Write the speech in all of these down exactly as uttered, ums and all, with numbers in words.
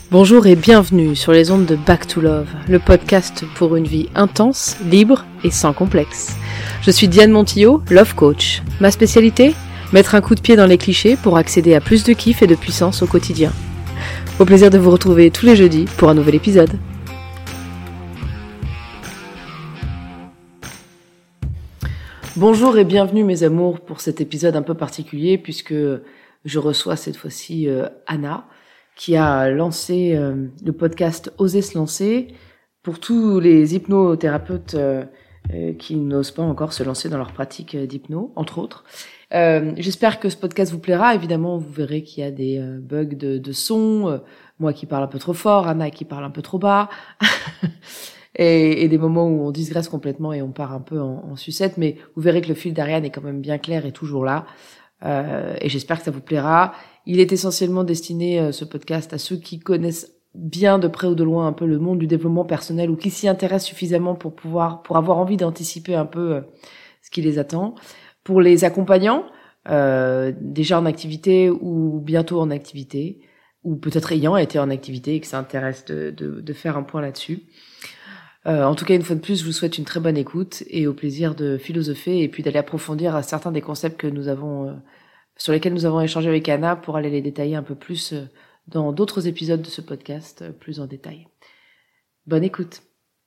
Bonjour et bienvenue sur les ondes de Back to Love, le podcast pour une vie intense, libre et sans complexe. Je suis Diane Montillot, Love Coach. Ma spécialité ? Mettre un coup de pied dans les clichés pour accéder à plus de kiff et de puissance au quotidien. Au plaisir de vous retrouver tous les jeudis pour un nouvel épisode. Bonjour et bienvenue mes amours pour cet épisode un peu particulier puisque je reçois cette fois-ci euh, Anna qui a lancé euh, le podcast Oser se lancer pour tous les hypnothérapeutes euh, euh, qui n'osent pas encore se lancer dans leur pratique d'hypno, entre autres. Euh, j'espère que ce podcast vous plaira. Évidemment, vous verrez qu'il y a des euh, bugs de, de son, euh, moi qui parle un peu trop fort, Anna qui parle un peu trop bas, et, et des moments où on digresse complètement et on part un peu en, en sucette. Mais vous verrez que le fil d'Ariane est quand même bien clair et toujours là. Euh, et j'espère que ça vous plaira. Il est essentiellement destiné, euh, ce podcast, à ceux qui connaissent bien de près ou de loin un peu le monde du développement personnel ou qui s'y intéressent suffisamment pour pouvoir, pour avoir envie d'anticiper un peu euh, ce qui les attend. Pour les accompagnants, euh, déjà en activité ou bientôt en activité, ou peut-être ayant été en activité et que ça intéresse de, de, de faire un point là-dessus. Euh, en tout cas, une fois de plus, je vous souhaite une très bonne écoute et au plaisir de philosopher et puis d'aller approfondir certains des concepts que nous avons, euh, sur lesquels nous avons échangé avec Anna pour aller les détailler un peu plus euh, dans d'autres épisodes de ce podcast, euh, plus en détail. Bonne écoute.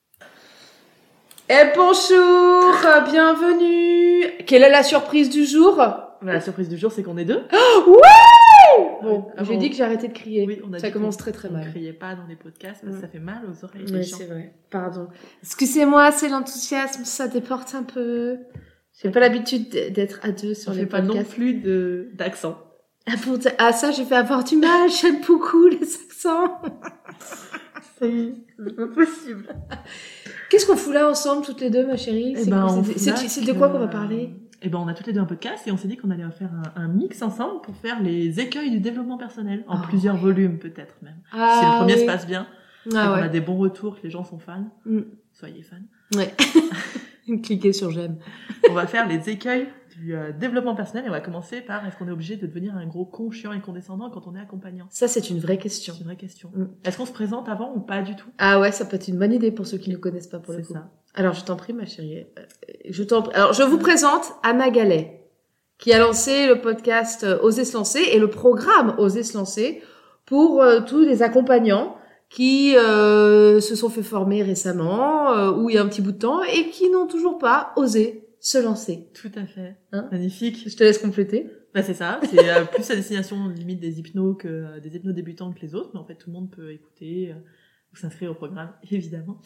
Et bonjour, bienvenue. Quelle est la surprise du jour ? La surprise du jour, c'est qu'on est deux. Oh, ouais. Bon, ah j'ai bon. dit que j'ai arrêté de crier. Oui, on a ça dit commence très très mal. On ne criait pas dans les podcasts parce que ouais. ça fait mal aux oreilles. Oui, c'est vrai. Pardon. Excusez-moi, c'est l'enthousiasme, ça déporte un peu. J'ai pas l'habitude d'être à deux sur on les fait podcasts. Pas non plus de d'accent. Ah, pour t- ah ça, j'ai fait avoir du mal. J'aime beaucoup les accents. C'est impossible. Qu'est-ce qu'on fout là ensemble toutes les deux, ma chérie ? Eh C'est, ben, c'est, c'est, c'est, c'est de quoi qu'on va parler ? Eh ben, on a toutes les deux un podcast et on s'est dit qu'on allait faire un, un mix ensemble pour faire les écueils du développement personnel en oh, plusieurs ouais. volumes peut-être même. Ah, si le premier oui. se passe bien, ah, et ouais. qu'on a des bons retours, que les gens sont fans, mm. soyez fans. Ouais. Cliquez sur j'aime. On va faire les écueils du euh, développement personnel et on va commencer par est-ce qu'on est obligé de devenir un gros con chiant et condescendant quand on est accompagnant ? Ça, c'est une vraie question. C'est une vraie question. Mm. Est-ce qu'on se présente avant ou pas du tout ? Ah ouais, ça peut être une bonne idée pour ceux qui ne connaissent pas pour c'est le coup. Ça. Alors, je t'en prie, ma chérie. Je t'en prie. Alors, je vous présente Anna Gallet, qui a lancé le podcast Oser se lancer et le programme Oser se lancer pour euh, tous les accompagnants qui euh, se sont fait former récemment euh, ou il y a un petit bout de temps et qui n'ont toujours pas osé se lancer. Tout à fait. Hein ? Magnifique. Je te laisse compléter. Bah c'est ça, c'est euh, plus à destination limite des hypnos que euh, des hypnos débutants que les autres, mais en fait tout le monde peut écouter euh, ou s'inscrire au programme, évidemment.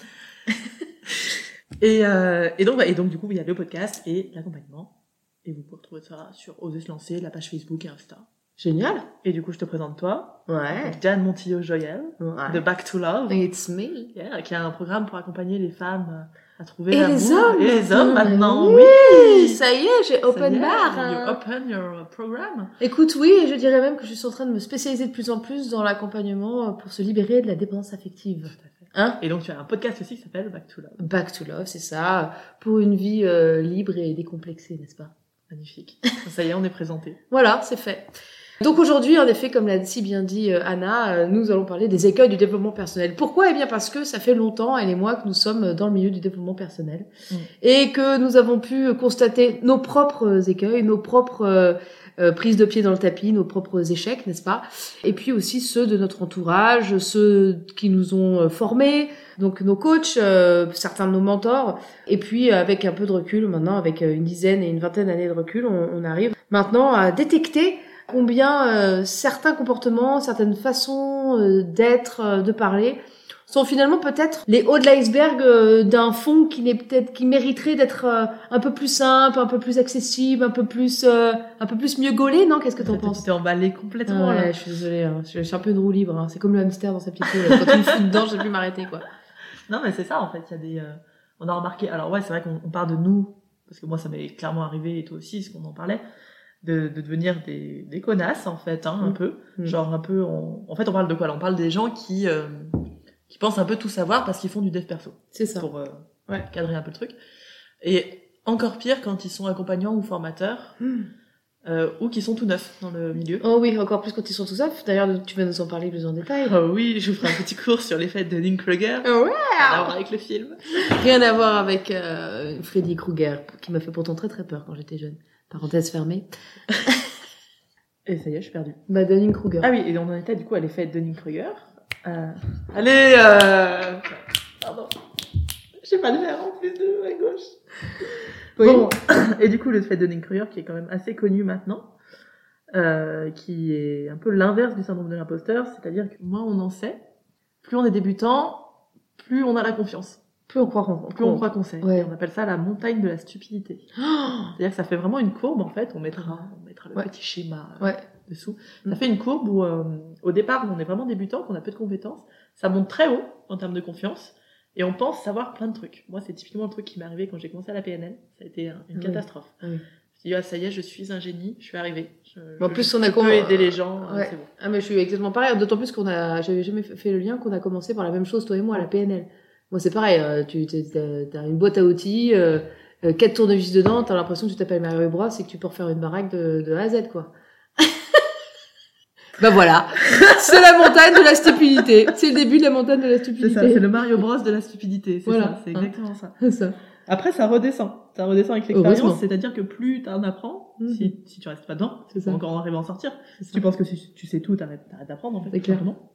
et, euh, et, donc, bah, et donc du coup il y a le podcast et l'accompagnement. Et vous pouvez retrouver ça sur Oser se lancer, la page Facebook et Insta. Génial. Et du coup, je te présente toi. Ouais. Diane Montillot-Joyel, ouais. de Back to Love. It's me. Yeah, qui a un programme pour accompagner les femmes à trouver et l'amour. Les hommes. Et les hommes maintenant. Oui. oui. Ça y est, j'ai open y est, bar. You open your program. Écoute, oui, et je dirais même que je suis en train de me spécialiser de plus en plus dans l'accompagnement pour se libérer de la dépendance affective. Tout à fait. Hein? Et donc, tu as un podcast aussi qui s'appelle Back to Love. Back to Love, c'est ça. Pour une vie euh, libre et décomplexée, n'est-ce pas? Magnifique. Ça y est, on est présenté. Voilà, c'est fait. Donc aujourd'hui, en effet, comme l'a si bien dit euh, Anna, euh, nous allons parler des écueils du développement personnel. Pourquoi ? Eh bien parce que ça fait longtemps, elle et moi, que nous sommes dans le milieu du développement personnel mmh. et que nous avons pu constater nos propres écueils, nos propres euh, euh, prises de pied dans le tapis, nos propres échecs, n'est-ce pas ? Et puis aussi ceux de notre entourage, ceux qui nous ont formés, donc nos coachs, euh, certains de nos mentors. Et puis avec un peu de recul, maintenant avec une dizaine et une vingtaine d'années de recul, on, on arrive maintenant à détecter combien euh, certains comportements, certaines façons euh, d'être, euh, de parler, sont finalement peut-être les hauts de l'iceberg euh, d'un fond qui n'est peut-être qui mériterait d'être euh, un peu plus simple, un peu plus accessible, un peu plus euh, un peu plus mieux gaulé, non ? Qu'est-ce que t'en penses ? Tu t'es emballé complètement ah, là. Ouais, je suis désolée, hein. je suis un peu une roue libre. Hein. C'est comme le hamster dans sa petite roue. Quand tu me fous dedans, je sais plus m'arrêter, quoi. Non, mais c'est ça en fait. Il y a des, euh, on a remarqué. Alors ouais, c'est vrai qu'on on parle de nous parce que moi ça m'est clairement arrivé et toi aussi, ce qu'on en parlait. De, de devenir des, des connasses en fait, hein, mmh. un peu, mmh. genre un peu. On... En fait, on parle de quoi là ? On parle des gens qui euh, qui pensent un peu tout savoir parce qu'ils font du dev perso. C'est ça. Pour euh, ouais. cadrer un peu le truc. Et encore pire quand ils sont accompagnants ou formateurs, mmh. euh, ou qui sont tout neufs dans le milieu. Oh oui, encore plus quand ils sont tout neufs. D'ailleurs, tu vas nous en parler plus en détail. Oh oui, je vous ferai un petit cours sur l'effet de Dunning-Kruger. Ouais. Rien à voir avec le film. Rien à voir avec euh, Freddy Krueger, qui m'a fait pourtant très très peur quand j'étais jeune. Parenthèse fermée. Et ça y est, je suis perdue. Bah, Dunning-Kruger. Ah oui, et on en était du coup à l'effet de Dunning-Kruger. Euh... Allez, euh... Pardon. J'ai pas le verre en plus de ma gauche. Oui. Bon, et du coup, l'effet de Dunning-Kruger, qui est quand même assez connu maintenant, euh, qui est un peu l'inverse du syndrome de l'imposteur, c'est-à-dire que moins on en sait, plus on est débutant, plus on a la confiance. Plus on croit qu'on, plus on croit qu'on sait. Ouais. Et on appelle ça la montagne de la stupidité. Oh, c'est-à-dire que ça fait vraiment une courbe, en fait. On mettra, on mettra le ouais. petit schéma euh, ouais. dessous. Ça mmh. fait une courbe où, euh, au départ, où on est vraiment débutant, qu'on a peu de compétences. Ça monte très haut en termes de confiance. Et on pense savoir plein de trucs. Moi, c'est typiquement le truc qui m'est arrivé quand j'ai commencé à la P N L. Ça a été un, une oui. catastrophe. Oui. Je me suis dit, ah, ça y est, je suis un génie, je suis arrivée. Je, en je, plus, je, on a je com... peux aider les gens, ouais. c'est bon. Ah, mais je suis exactement pareil. D'autant plus qu'on a, j'avais jamais fait le lien qu'on a commencé par la même chose, toi et moi, à la P N L. Moi, c'est pareil. Euh, tu as une boîte à outils, euh, quatre tournevis dedans, t'as l'impression que tu t'appelles Mario Bros et que tu peux refaire une baraque de, de A à Z, quoi. Ben voilà, c'est la montagne de la stupidité. C'est le début de la montagne de la stupidité. C'est ça, c'est le Mario Bros de la stupidité. C'est voilà. ça, c'est exactement hein. ça. C'est ça. Après, ça redescend. Ça redescend avec l'expérience, c'est-à-dire que plus t'en apprends, mmh. si, si tu restes pas dedans, c'est ça. Encore en arriver à en sortir. Si tu penses que si tu sais tout, t'arrêtes, t'arrêtes d'apprendre, en fait. C'est clairement.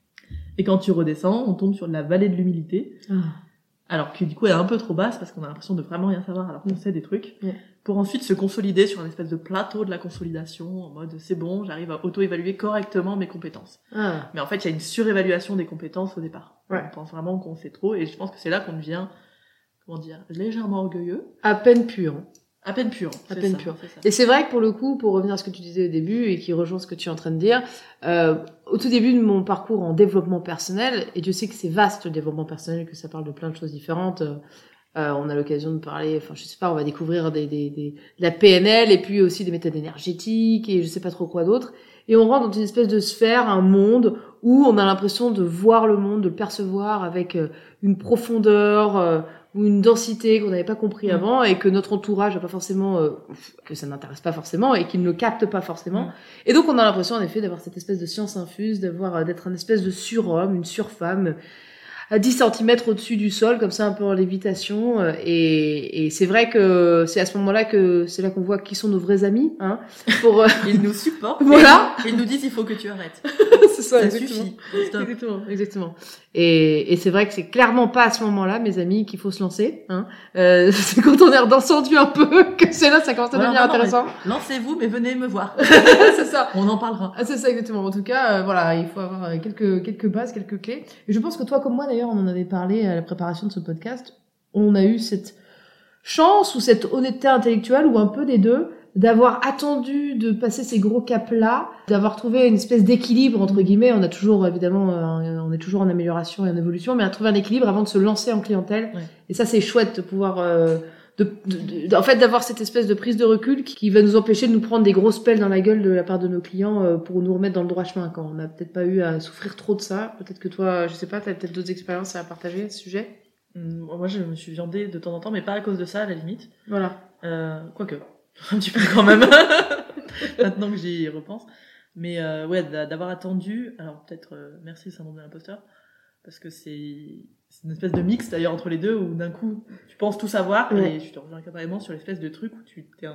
Et quand tu redescends, on tombe sur la vallée de l'humilité. Ah. Alors que du coup, elle est un peu trop basse parce qu'on a l'impression de vraiment rien savoir alors qu'on mmh. sait des trucs. Mmh. Pour ensuite se consolider sur un espèce de plateau de la consolidation, en mode c'est bon, j'arrive à auto-évaluer correctement mes compétences. Ah. Mais en fait, il y a une surévaluation des compétences au départ. Ouais. On pense vraiment qu'on sait trop, et je pense que c'est là qu'on devient, comment dire, légèrement orgueilleux. À peine pur. À peine pur. À peine ça, pur. Et c'est vrai que pour le coup, pour revenir à ce que tu disais au début et qui rejoint ce que tu es en train de dire, euh, au tout début de mon parcours en développement personnel, et Dieu sait que c'est vaste le développement personnel, que ça parle de plein de choses différentes. Euh, Euh, on a l'occasion de parler, enfin je sais pas, on va découvrir des, des, des, de la P N L et puis aussi des méthodes énergétiques et je sais pas trop quoi d'autre. Et on rentre dans une espèce de sphère, un monde où on a l'impression de voir le monde, de le percevoir avec une profondeur euh, ou une densité qu'on n'avait pas compris mmh. avant et que notre entourage n'a pas forcément, euh, que ça n'intéresse pas forcément et qu'il ne capte pas forcément. Mmh. Et donc on a l'impression en effet d'avoir cette espèce de science infuse, d'avoir d'être un espèce de surhomme, une surfemme. À dix centimètres au-dessus du sol, comme ça, un peu en lévitation. Et, et c'est vrai que c'est à ce moment-là que c'est là qu'on voit qui sont nos vrais amis, hein. Pour, ils nous supportent. Voilà. Et ils nous disent il faut que tu arrêtes. c'est ça, ça exactement. suffit. Exactement, exactement. Et, et c'est vrai que c'est clairement pas à ce moment-là, mes amis, qu'il faut se lancer, hein. Euh, c'est quand on est redescendu un peu que c'est là, ça commence à devenir voilà, intéressant. Non, lancez-vous, mais venez me voir. c'est ça. On en parlera. Ah, c'est ça, exactement. En tout cas, euh, voilà, il faut avoir quelques, quelques bases, quelques clés. Et je pense que toi, comme moi, d'ailleurs, on en avait parlé à la préparation de ce podcast, on a eu cette chance ou cette honnêteté intellectuelle ou un peu des deux d'avoir attendu de passer ces gros caps-là, d'avoir trouvé une espèce d'équilibre entre guillemets. On a toujours évidemment, euh, on est toujours en amélioration et en évolution, mais à trouver un équilibre avant de se lancer en clientèle. Ouais. Et ça, c'est chouette de pouvoir, euh, de, de, de, en fait, d'avoir cette espèce de prise de recul qui, qui va nous empêcher de nous prendre des grosses pelles dans la gueule de la part de nos clients euh, pour nous remettre dans le droit chemin. Quand on n'a peut-être pas eu à souffrir trop de ça. Peut-être que toi, je sais pas, t'as peut-être d'autres expériences à partager à ce sujet. Mmh, moi, je me suis viandée de temps en temps, mais pas à cause de ça, à la limite. Voilà. Euh, quoique. Un petit peu quand même. Maintenant que j'y repense. Mais euh, ouais, d'avoir attendu. Alors peut-être euh, merci le syndrome de l'imposteur, parce que c'est c'est une espèce de mix d'ailleurs entre les deux où d'un coup tu penses tout savoir ouais. et je te reviens carrément sur l'espèce de truc où tu t'es un,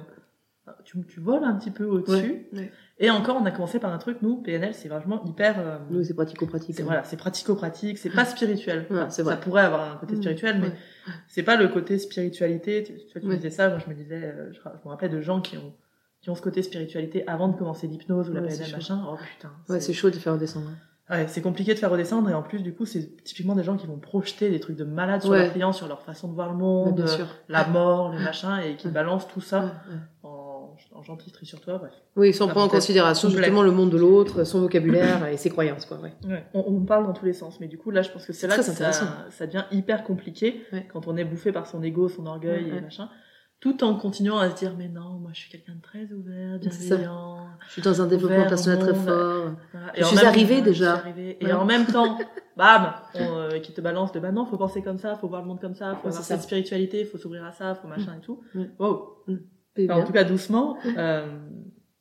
tu tu voles un petit peu au-dessus. Ouais. Ouais. Et encore, on a commencé par un truc, nous P N L, c'est vachement hyper. Euh, nous c'est pratico-pratique. C'est, voilà, c'est pratico-pratique, c'est pas spirituel. Ouais, c'est vrai. Ça pourrait avoir un côté spirituel, mais ouais. c'est pas le côté spiritualité. Tu, tu vois, tu ouais. disais ça, moi je me disais, euh, je, je me rappelais de gens qui ont qui ont ce côté spiritualité avant de commencer l'hypnose ou la ouais, P N L machin. Oh putain. C'est... Ouais, c'est chaud de faire redescendre. Ouais, c'est compliqué de faire redescendre et en plus du coup c'est typiquement des gens qui vont projeter des trucs de malades sur ouais. leurs clients, sur leur façon de voir le monde, ouais, la mort, le machin et qui ouais. balancent tout ça ouais. en, en gentillerie sur toi, bref. Oui, sans prendre en considération justement le monde de l'autre, son vocabulaire et ses croyances quoi, ouais. Ouais, on, on parle dans tous les sens mais du coup là je pense que c'est, c'est là que ça, ça devient hyper compliqué ouais. quand on est bouffé par son ego, son orgueil ouais, et ouais. machin. Tout en continuant à se dire mais non moi je suis quelqu'un de très ouvert, bienveillant, je suis dans un développement personnel très fort, voilà. je suis arrivée déjà arrivée. et ouais. en même temps bam on, euh, qui te balance de bah non faut penser comme ça, faut voir le monde comme ça, faut ouais, avoir cette spiritualité, faut s'ouvrir à ça, faut machin mmh. et tout mmh. wow mmh. en tout cas doucement euh,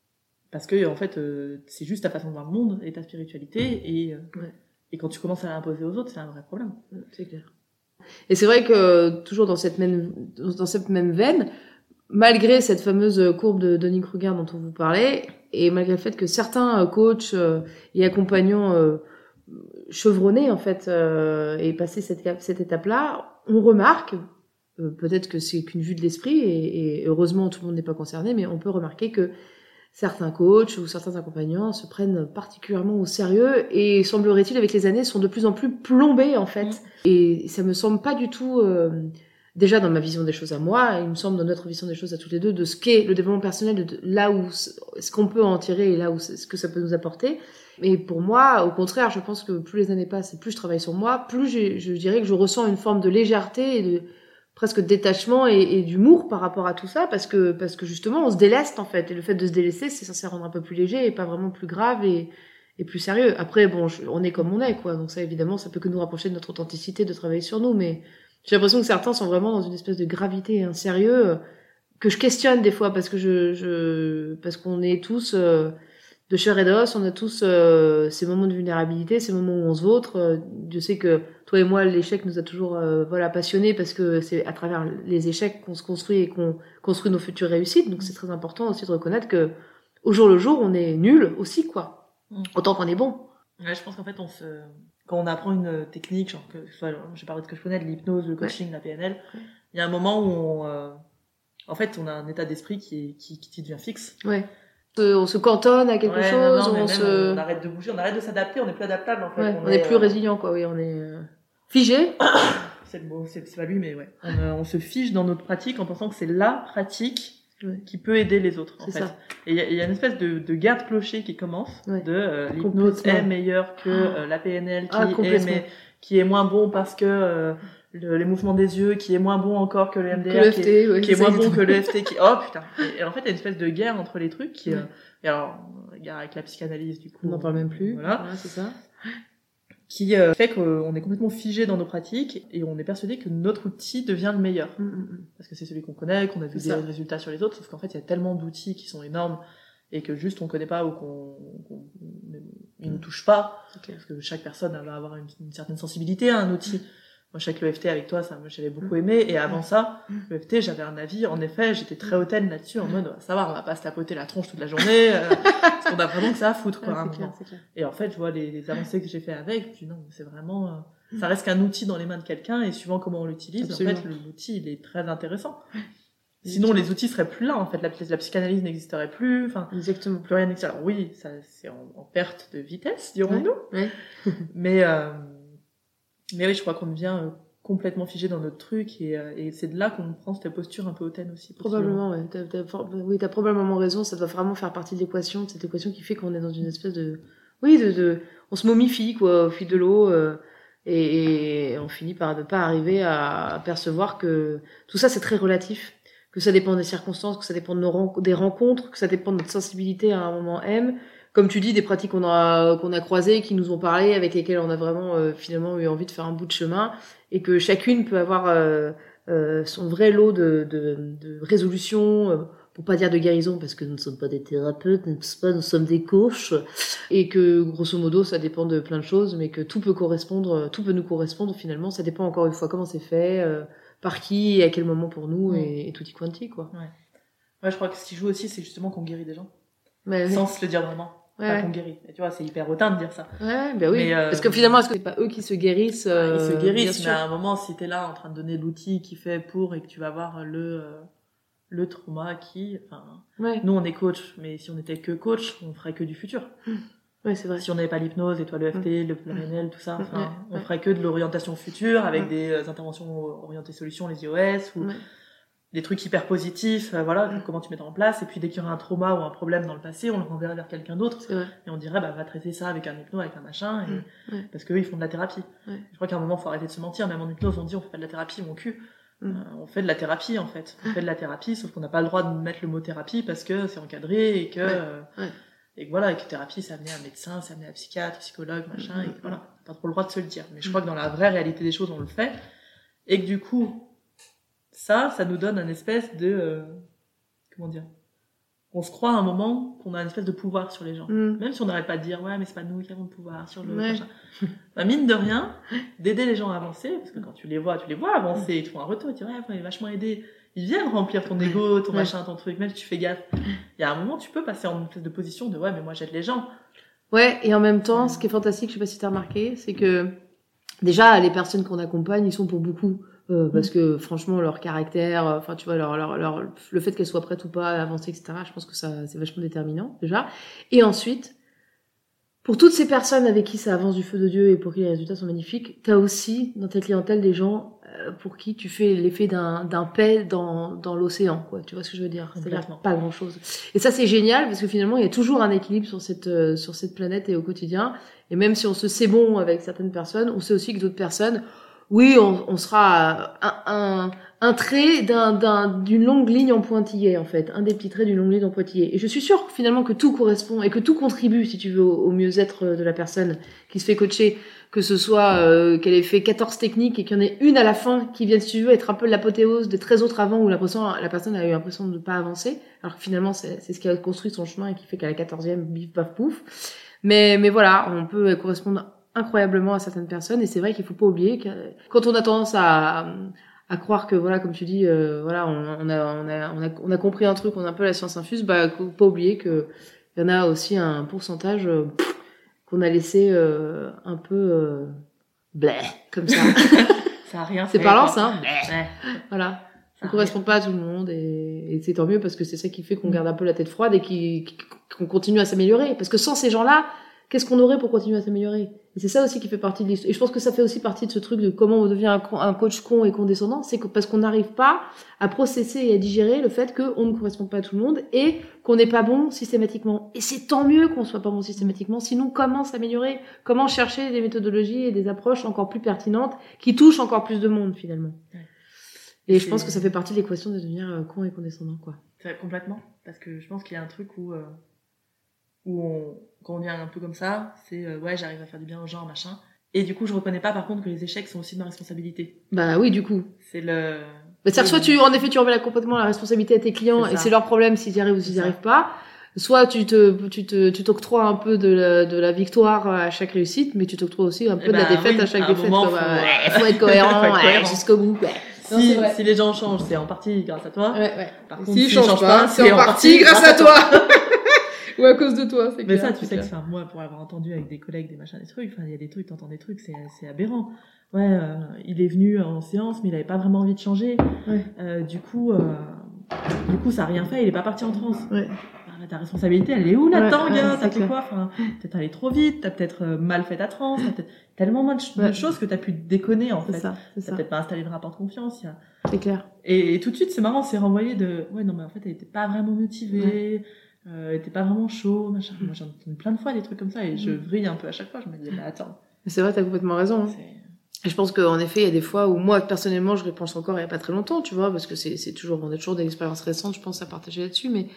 Parce que, en fait, euh, c'est juste ta façon de voir le monde et ta spiritualité, et, euh, ouais. et quand tu commences à l'imposer aux autres, c'est un vrai problème. C'est clair. Et c'est vrai que, toujours dans cette même, dans cette même veine, malgré cette fameuse courbe de Dunning-Kruger dont on vous parlait, et malgré le fait que certains coachs et accompagnants euh, chevronnés, en fait, euh, aient passé cette, cette étape-là, on remarque, euh, peut-être que c'est qu'une vue de l'esprit, et, et heureusement tout le monde n'est pas concerné, mais on peut remarquer que certains coachs ou certains accompagnants se prennent particulièrement au sérieux et, semblerait-il, avec les années, sont de plus en plus plombés, en fait. Mmh. Et ça me semble pas du tout... Euh, déjà dans ma vision des choses à moi, il me semble dans notre vision des choses à toutes les deux, de ce qu'est le développement personnel, de là où ce qu'on peut en tirer et là où ce que ça peut nous apporter. Et pour moi, au contraire, je pense que plus les années passent et plus je travaille sur moi, plus je, je dirais que je ressens une forme de légèreté et de presque de détachement et, et d'humour par rapport à tout ça, parce que parce que justement on se déleste, en fait, et le fait de se délester, c'est censé rendre un peu plus léger et pas vraiment plus grave et et plus sérieux. Après, bon, je, on est comme on est, quoi. Donc ça, évidemment, ça peut que nous rapprocher de notre authenticité, de travailler sur nous, mais j'ai l'impression que certains sont vraiment dans une espèce de gravité et un sérieux euh, que je questionne des fois, parce que je, je parce qu'on est tous euh, de chair et d'os, on a tous euh, ces moments de vulnérabilité, ces moments où on se vautre. Euh, je sais que toi et moi, l'échec nous a toujours euh, voilà passionnés, parce que c'est à travers les échecs qu'on se construit et qu'on construit nos futures réussites. Donc c'est très important aussi de reconnaître que au jour le jour, on est nul aussi, quoi. Mmh. Autant qu'on est bon. Ouais, je pense qu'en fait, on se quand on apprend une technique, genre que soit, j'ai parlé de ce que je connais, de l'hypnose, le coaching, ouais. la P N L, ouais. il y a un moment où on, euh, en fait, on a un état d'esprit qui est qui, qui devient fixe. Ouais. On se cantonne à quelque ouais, chose, non, non, on se on arrête de bouger, on arrête de s'adapter, on est plus adaptable, en fait. Ouais, on, on est, est plus euh... résilient, quoi. Oui, on est euh... figé. C'est le mot, c'est, c'est pas lui, mais ouais. On, euh, on se fige dans notre pratique en pensant que c'est la pratique ouais. qui peut aider les autres, en c'est fait. Ça. Et il y, y a une espèce de, de guerre de clocher qui commence, ouais. de euh, l'hypnose est meilleure que euh, la P N L, qui, ah, est, mais, qui est moins bon parce que euh, le, les mouvements des yeux, qui est moins bon encore que le M D R, que qui est, ouais, qui est moins bon que le F T, qui... Oh putain. Et, et en fait, il y a une espèce de guerre entre les trucs qui... Ouais. Euh, et alors, guerre avec la psychanalyse, du coup... On n'en parle même plus. Voilà, ouais, c'est ça. Qui euh, fait qu'on est complètement figé dans nos pratiques et on est persuadé que notre outil devient le meilleur. Mmh, mmh. Parce que c'est celui qu'on connaît, qu'on a vu des résultats sur les autres, sauf qu'en fait, il y a tellement d'outils qui sont énormes et que juste on connaît pas ou qu'on, qu'on ils nous touchent pas. Okay. Parce que chaque personne va avoir une, une certaine sensibilité à un outil. Moi, je sais que le F T avec toi, ça, j'avais beaucoup aimé. Et avant ça, le F T, j'avais un avis. En effet, j'étais très hautaine là-dessus, en mode, ça va, on va pas se tapoter la tronche toute la journée, euh, parce qu'on a vraiment que ça à foutre, quoi. Ouais, c'est clair, c'est clair. Et en fait, je vois les, les avancées que j'ai fait avec, je me dis non, c'est vraiment, euh, ça reste qu'un outil dans les mains de quelqu'un, et suivant comment on l'utilise, Absolument. En fait, l'outil, il est très intéressant. Sinon, les outils seraient plus là, en fait. La, la psychanalyse n'existerait plus, enfin. Exactement. Plus rien n'existerait. Alors oui, ça, c'est en, en perte de vitesse, dirons-nous. Ouais. Ouais. mais, euh, mais oui, je crois qu'on devient euh, complètement figé dans notre truc, et, euh, et c'est de là qu'on prend cette posture un peu hautaine aussi. Probablement, ouais. T'as, t'as, oui, t'as probablement raison. Ça doit vraiment faire partie de l'équation, de cette équation qui fait qu'on est dans une espèce de, oui, de, de, on se momifie, quoi, au fil de l'eau, euh, et, et on finit par ne pas arriver à percevoir que tout ça, c'est très relatif. Que ça dépend des circonstances, que ça dépend de nos ren- des rencontres, que ça dépend de notre sensibilité à un moment M. Comme tu dis, des pratiques qu'on a qu'on a croisées, qui nous ont parlé, avec lesquelles on a vraiment euh, finalement eu envie de faire un bout de chemin, et que chacune peut avoir euh, euh, son vrai lot de, de, de résolution, euh, pour pas dire de guérison, parce que nous ne sommes pas des thérapeutes, n'est-ce pas, nous sommes des coachs, et que grosso modo ça dépend de plein de choses, mais que tout peut correspondre, tout peut nous correspondre finalement. Ça dépend encore une fois comment c'est fait. Euh, par qui et à quel moment pour nous, mmh. et, et tutti quanti, quoi. Ouais. Ouais, je crois que ce qui joue aussi, c'est justement qu'on guérit des gens. Mais, sans oui. se le dire vraiment. Ouais, pas ouais. qu'on guérit. Et tu vois, c'est hyper hautain de dire ça. Ouais, ben oui. Mais, euh, parce que finalement, est-ce que c'est pas eux qui se guérissent? Euh, Ils se guérissent, mais à un moment, si t'es là en train de donner l'outil qui fait pour et que tu vas voir le, euh, le trauma qui, enfin, ouais. nous on est coach, mais si on était que coach, on ferait que du futur. Mmh. Ouais, c'est vrai. Si on n'avait pas l'hypnose, et toi le F T, mmh. le P N L, tout ça, enfin, ouais, on ouais. ferait que de l'orientation future avec ouais. des euh, interventions orientées solutions, les I O S, ou ouais. des trucs hyper positifs, euh, voilà, mmh. comment tu mets en place. Et puis dès qu'il y aurait un trauma ou un problème dans le passé, on le renverrait vers quelqu'un d'autre. Et on dirait, bah, va traiter ça avec un hypno, avec un machin, et... mmh. parce qu'eux, ils font de la thérapie. Ouais. Je crois qu'à un moment, faut arrêter de se mentir. Même en hypnose, on dit, on fait pas de la thérapie, mon cul. Mmh. Euh, on fait de la thérapie, en fait. On fait de la thérapie, sauf qu'on n'a pas le droit de mettre le mot thérapie parce que c'est encadré et que... ouais. Euh, ouais. Et que voilà, et que thérapie, ça amenait un médecin, ça amenait un psychiatre, psychologue, machin, mmh. et que voilà, pas trop le droit de se le dire. Mais je crois que dans la vraie réalité des choses, on le fait. Et que du coup, ça, ça nous donne un espèce de, euh, comment dire, on se croit à un moment qu'on a une espèce de pouvoir sur les gens. Mm. Même si on n'arrête pas de dire, ouais, mais c'est pas nous qui avons le pouvoir sur le Ouais. machin. Bah, mine de rien, d'aider les gens à avancer, parce que quand tu les vois, tu les vois avancer, ils te font un retour, ils te disent, ouais, vous m'avez vachement aidé. Ils viennent remplir ton ego, ton Ouais. machin, ton truc, même si tu fais gaffe. Il y a un moment, tu peux passer en espèce de position de, ouais, mais moi j'aide les gens. Ouais, et en même temps, ce qui est fantastique, je sais pas si t'as remarqué, c'est que déjà, les personnes qu'on accompagne, ils sont pour beaucoup. Euh, parce que franchement, leur caractère, enfin tu vois, leur, leur, leur, le fait qu'elles soient prêtes ou pas à avancer, et cetera, je pense que ça c'est vachement déterminant, déjà. Et ensuite, pour toutes ces personnes avec qui ça avance du feu de Dieu et pour qui les résultats sont magnifiques, t'as aussi dans ta clientèle des gens euh, pour qui tu fais l'effet d'un, d'un paix dans, dans l'océan, quoi. Tu vois ce que je veux dire? C'est-à-dire pas grand-chose. Et ça, c'est génial parce que finalement, il y a toujours un équilibre sur cette, euh, sur cette planète et au quotidien. Et même si on se sait bon avec certaines personnes, on sait aussi que d'autres personnes, oui, on, on sera un, un, un trait d'un, d'un, d'une longue ligne en pointillé, en fait. Un des petits traits d'une longue ligne en pointillé. Et je suis sûre, finalement, que tout correspond et que tout contribue, si tu veux, au, au mieux-être de la personne qui se fait coacher. Que ce soit euh, qu'elle ait fait quatorze techniques et qu'il y en ait une à la fin qui vienne, si tu veux, être un peu l'apothéose des treize autres avant où l'impression, la personne a eu l'impression de ne pas avancer. Alors que finalement, c'est, c'est ce qui a construit son chemin et qui fait qu'à la quatorzième, bif, paf, pouf. Mais, mais voilà, on peut correspondre incroyablement à certaines personnes et c'est vrai qu'il faut pas oublier que quand on a tendance à à croire que voilà comme tu dis euh, voilà on, on a on a on a on a compris un truc, on a un peu la science infuse, bah faut pas oublier que il y en a aussi un pourcentage euh, qu'on a laissé euh, un peu euh, bleh comme ça. Ça a rien c'est fait, parlant quoi. ça. Ouais. Voilà. Ça Ça ne correspond pas à tout le monde et, et c'est tant mieux parce que c'est ça qui fait qu'on garde un peu la tête froide et qui, qui- qu'on continue à s'améliorer. Parce que sans ces gens-là, qu'est-ce qu'on aurait pour continuer à s'améliorer? Et c'est ça aussi qui fait partie de l'histoire. Et je pense que ça fait aussi partie de ce truc de comment on devient un, co- un coach con et condescendant. C'est que parce qu'on n'arrive pas à processer et à digérer le fait qu'on ne correspond pas à tout le monde et qu'on n'est pas bon systématiquement. Et c'est tant mieux qu'on soit pas bon systématiquement. Sinon, comment s'améliorer? Comment chercher des méthodologies et des approches encore plus pertinentes qui touchent encore plus de monde finalement? Ouais. Et Et je c'est- pense que ça fait partie de l'équation de devenir euh, con et condescendant, quoi. C'est complètement. Parce que je pense qu'il y a un truc où, euh, où on, quand on vient un peu comme ça, c'est euh, ouais, j'arrive à faire du bien aux gens, machin. Et du coup, je reconnais pas par contre que les échecs sont aussi de ma responsabilité. Bah oui, du coup. C'est le. Bah, c'est-à-dire, soit tu, en effet, tu remets complètement la responsabilité à tes clients C'est et ça. c'est leur problème s'ils y arrivent ou C'est s'ils y ça. arrivent pas. Soit tu te, tu te, tu t'octroies un peu de la, de la victoire à chaque réussite, mais tu t'octroies aussi un peu Eh de la ben défaite oui, à chaque à un défaite. moment, quoi. faut- Bah, ouais, faut être cohérent, Faut être ouais, cohérent. jusqu'au bout. Ouais. Non, Si, c'est vrai. si les gens changent, c'est en partie grâce à toi. Ouais, ouais. Par Et contre, s'ils s'ils changent pas, c'est en partie grâce à toi. Ou à cause de toi, c'est Mais clair, ça, tu c'est sais que, clair. enfin, moi, pour avoir entendu avec des collègues des machins, des trucs, enfin, il y a des trucs, t'entends des trucs, c'est, c'est aberrant. Ouais, euh, il est venu en séance, mais il avait pas vraiment envie de changer. Ouais. Euh, du coup, euh, du coup, ça a rien fait, il est pas parti en transe. Ouais. Bah, ta responsabilité, elle est où là-dedans, Ouais, ouais, gars? c'est T'as fait clair. quoi? Enfin, peut-être allé trop vite, t'as peut-être euh, mal fait ta transe, t'as peut-être tellement moins de, ch- de Ouais. choses que t'as pu déconner, en C'est fait. ça, c'est T'as ça. peut-être pas installé de rapport de confiance, il y a... C'est clair. Et, et tout de suite, c'est marrant, c'est renvoyé de, ouais, non, mais en fait, elle était pas vraiment motivée, euh, elle était pas vraiment chaud, machin. Moi, j'en ai entendu plein de fois des trucs comme ça, et je vrille un peu à chaque fois, je me dis, bah, attends. Mais c'est vrai, t'as complètement raison. Hein. C'est... Et je pense qu'en effet, il y a des fois où moi, personnellement, je repense encore il y a pas très longtemps, tu vois, parce que c'est, c'est toujours, on a toujours des expériences récentes, je pense, à partager là-dessus, mais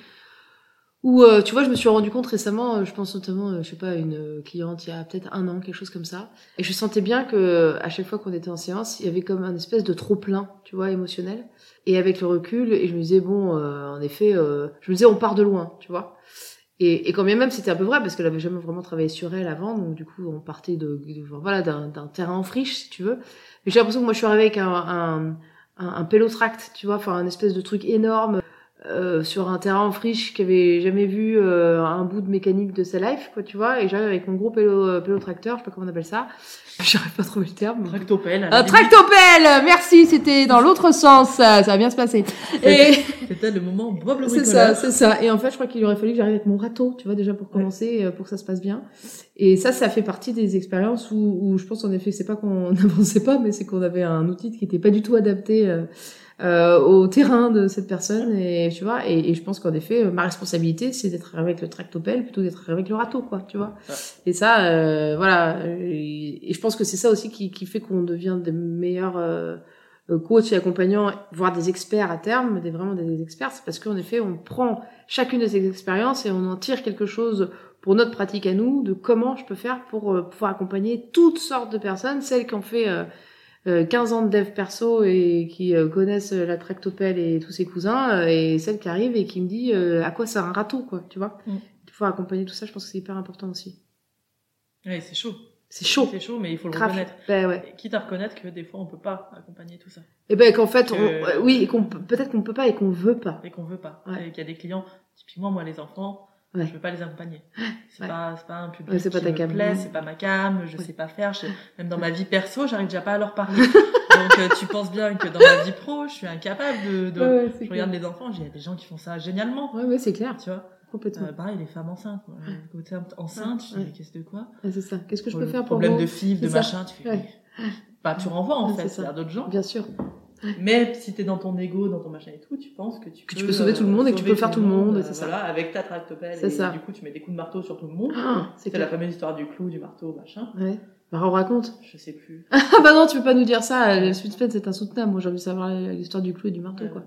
où, euh, tu vois, je me suis rendu compte récemment, euh, je pense notamment, euh, je sais pas, une euh, cliente il y a peut-être un an, quelque chose comme ça, et je sentais bien que à chaque fois qu'on était en séance, il y avait comme un espèce de trop-plein, tu vois, émotionnel. Et avec le recul, et je me disais, bon, euh, en effet, euh, je me disais, on part de loin, tu vois. Et, et quand bien même c'était un peu vrai parce qu'elle avait jamais vraiment travaillé sur elle avant, donc du coup on partait de, de voilà d'un, d'un terrain en friche si tu veux. Mais j'ai l'impression que moi je suis arrivée avec un un un, un pélotract, tu vois, enfin un espèce de truc énorme euh, sur un terrain en friche qui avait jamais vu euh, un bout de mécanique de sa life, quoi, tu vois. Et j'arrive avec mon gros pélo pélotracteur, je sais pas comment on appelle ça. J'arrive pas à trouver le terme. Tractopelle. Un tractopelle, merci, c'était dans l'autre sens, ça, ça va bien se passer. Et C'était le moment Bob le c'est bricoleur. ça, c'est ça. Et en fait, je crois qu'il aurait fallu que j'arrive avec mon râteau, tu vois, déjà pour commencer, euh, pour que ça se passe bien. Et ça, ça fait partie des expériences où, où je pense en effet, c'est pas qu'on n'avançait pas, mais c'est qu'on avait un outil qui était pas du tout adapté euh, euh, au terrain de cette personne. Et tu vois, et, et je pense qu'en effet, ma responsabilité, c'est d'être avec le tractopelle plutôt d'être avec le râteau, quoi, tu vois. Ouais. Et ça, euh, voilà. Et, et je pense que c'est ça aussi qui, qui fait qu'on devient des meilleurs euh, coachs et accompagnants, voire des experts à terme, des vraiment des experts, c'est parce qu'en effet, on prend chacune de ces expériences et on en tire quelque chose pour notre pratique à nous, de comment je peux faire pour euh, pouvoir accompagner toutes sortes de personnes, celles qui ont fait euh, euh, quinze ans de dev perso et qui euh, connaissent la tractopelle et tous ses cousins, euh, et celle qui arrive et qui me dit euh, à quoi sert un râteau, quoi, tu vois. Mm. Il faut accompagner tout ça, je pense que c'est hyper important aussi. Ouais, c'est chaud. C'est chaud. C'est chaud, mais il faut le Grave. reconnaître. Ben ouais. Quitte à reconnaître que des fois, on peut pas accompagner tout ça. Et ben qu'en fait, que... on... oui, et qu'on peut-être qu'on peut pas et qu'on veut pas. Et qu'on veut pas. Ouais. Et qu'il y a des clients, typiquement, moi, les enfants, ouais. je veux pas les accompagner. C'est ouais. pas, c'est pas un public ouais, c'est pas qui ta me cam. plaît, c'est pas ma cam, je ouais. sais pas faire. Je... Même dans ma vie perso, j'arrive déjà pas à leur parler. Donc, euh, tu penses bien que dans ma vie pro, je suis incapable de, de... Ouais, je regarde les enfants, il y a des gens qui font ça génialement. Ouais, ouais, c'est clair. Tu vois. Complètement. Euh, pareil, les femmes enceintes. Quoi. Ouais. Côté enceinte, je dis, mais qu'est-ce de quoi? Ouais, c'est ça. Qu'est-ce que je peux le faire pour problème vous? de fibre, de ça. machin, tu fais. Ouais. Bah, tu renvoies, en ouais, fait, à d'autres gens. Bien sûr. Mais si t'es dans ton ego, dans ton machin et tout, tu penses que tu que peux. tu peux sauver tout le monde et que tu peux faire tout le monde, euh, c'est ça. Voilà, avec ta tractopelle. C'est et ça. Du coup, tu mets des coups de marteau sur tout le monde. Ah, c'est la fameuse histoire du clou, du marteau, machin. Ouais. Bah, on raconte. Je sais plus. Ah, bah non, tu peux pas nous dire ça. Le suspense, c'est insoutenable. Moi, j'ai envie de savoir l'histoire du clou et du marteau, ouais, quoi.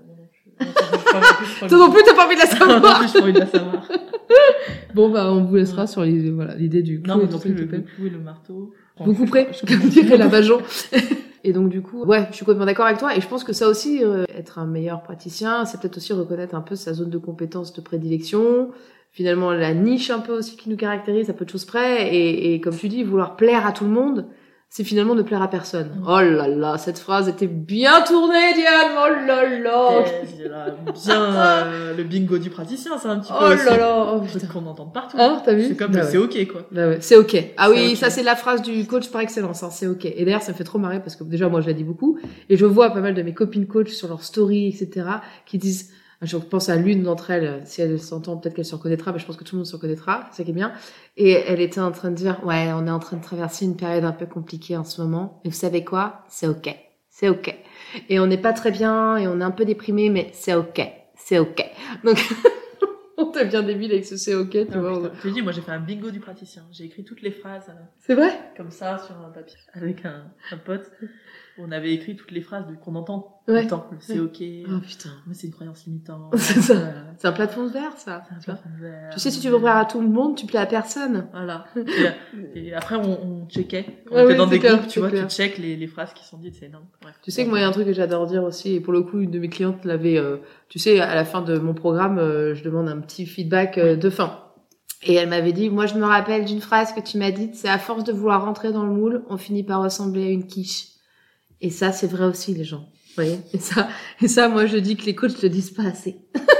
Toi non plus, t'as pas envie de la savoir. Non, plus, j'ai pas envie de la savoir. Bon, bah, on vous laissera ouais. sur l'idée, voilà, l'idée du clou. Non, mais non plus, le, le clou et le marteau. Vous couperez, comme dirait la Bajon. Et donc, du coup, ouais, je suis complètement d'accord avec toi. Et je pense que ça aussi, euh, être un meilleur praticien, c'est peut-être aussi reconnaître un peu sa zone de compétence de prédilection. Finalement, la niche un peu aussi qui nous caractérise à peu de choses près. Et, et comme tu dis, vouloir plaire à tout le monde, c'est finalement ne plaire à personne. Mmh. Oh là là, cette phrase était bien tournée, Diane. Oh là là. C'est bien euh, le bingo du praticien, c'est un petit peu oh aussi. Là là, oh truc qu'on entend partout. Ah, t'as vu? C'est comme bah le ouais. c'est ok, quoi. Bah ouais, c'est ok. Ah oui, okay. Ça c'est la phrase du coach par excellence, hein, c'est ok. Et d'ailleurs, ça me fait trop marrer parce que déjà, moi, je la dis beaucoup. Et je vois pas mal de mes copines coach sur leurs stories, et cetera, qui disent, je pense à l'une d'entre elles, si elle s'entend, peut-être qu'elle s'en reconnaîtra, mais je pense que tout le monde s'en reconnaîtra, c'est ça qui est bien. Et elle était en train de dire, ouais, on est en train de traverser une période un peu compliquée en ce moment. Et vous savez quoi? C'est ok. C'est ok. Et on n'est pas très bien, et on est un peu déprimé, mais c'est ok. C'est ok. Donc, on devient débile avec ce c'est ok, tu non, vois. Putain, je te dis, moi, j'ai fait un bingo du praticien. J'ai écrit toutes les phrases. Euh, c'est vrai? Comme ça, sur un papier. Avec un, un pote. On avait écrit toutes les phrases qu'on entend ouais. tout le temps. C'est ok. Oh putain. Mais c'est une croyance limitante. c'est ça. Euh, c'est un plafond de verre, ça. C'est un plafond de verre. Tu sais, si tu veux plaire à tout le monde, tu plais à personne. Voilà. Et, et après, on, on checkait. Quand ah on était oui, dans des clair, groupes, tu vois, clair. tu checkes les, les phrases qui sont dites, c'est énorme. Bref. Tu sais que moi, il y a un truc que j'adore dire aussi, et pour le coup, une de mes clientes l'avait, euh, tu sais, à la fin de mon programme, euh, je demande un petit feedback euh, de fin. Et elle m'avait dit, moi, je me rappelle d'une phrase que tu m'as dite, c'est à force de vouloir rentrer dans le moule, on finit par ressembler à une quiche. Et ça, c'est vrai aussi, les gens. Vous voyez? Et ça, et ça, moi, je dis que les coachs le disent pas assez.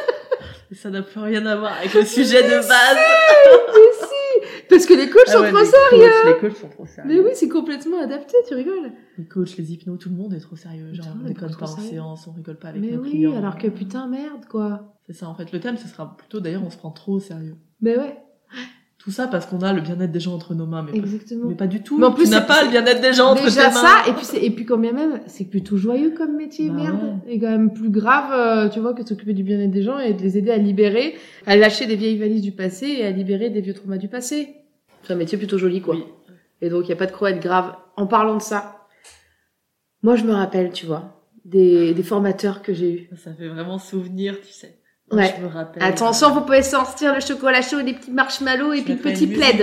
Et ça n'a plus rien à voir avec le sujet de base. Mais si! Parce que les coachs ah sont ouais, trop les sérieux. Coachs, les coachs sont trop sérieux. Mais oui, c'est complètement adapté, tu rigoles. Les coachs, les hypnos, tout le monde est trop sérieux. Genre, on déconne pas en sérieux. séance, on rigole pas avec mais nos oui, clients. Mais oui, alors que putain, merde, quoi. C'est ça, en fait. Le thème, ce sera plutôt, d'ailleurs, on se prend trop au sérieux. Mais ouais. Tout ça parce qu'on a le bien-être des gens entre nos mains, mais exactement. Pas, mais pas du tout. Mais en plus, tu n'as pas le bien-être des gens entre tes mains. Déjà ça, et puis c'est, et puis quand bien même, c'est plutôt joyeux comme métier, bah merde. Ouais. Et quand même plus grave, euh, tu vois, que de s'occuper du bien-être des gens et de les aider à libérer, à lâcher des vieilles valises du passé et à libérer des vieux traumas du passé. C'est un métier plutôt joli, quoi. Oui. Et donc, il y a pas de quoi être grave. En parlant de ça, moi, je me rappelle, tu vois, des, des formateurs que j'ai eus. Ça fait vraiment souvenir, tu sais. Ouais. Je me rappelle. Attention, euh... vous pouvez sortir le chocolat chaud et des petits marshmallows et puis le petit plaid.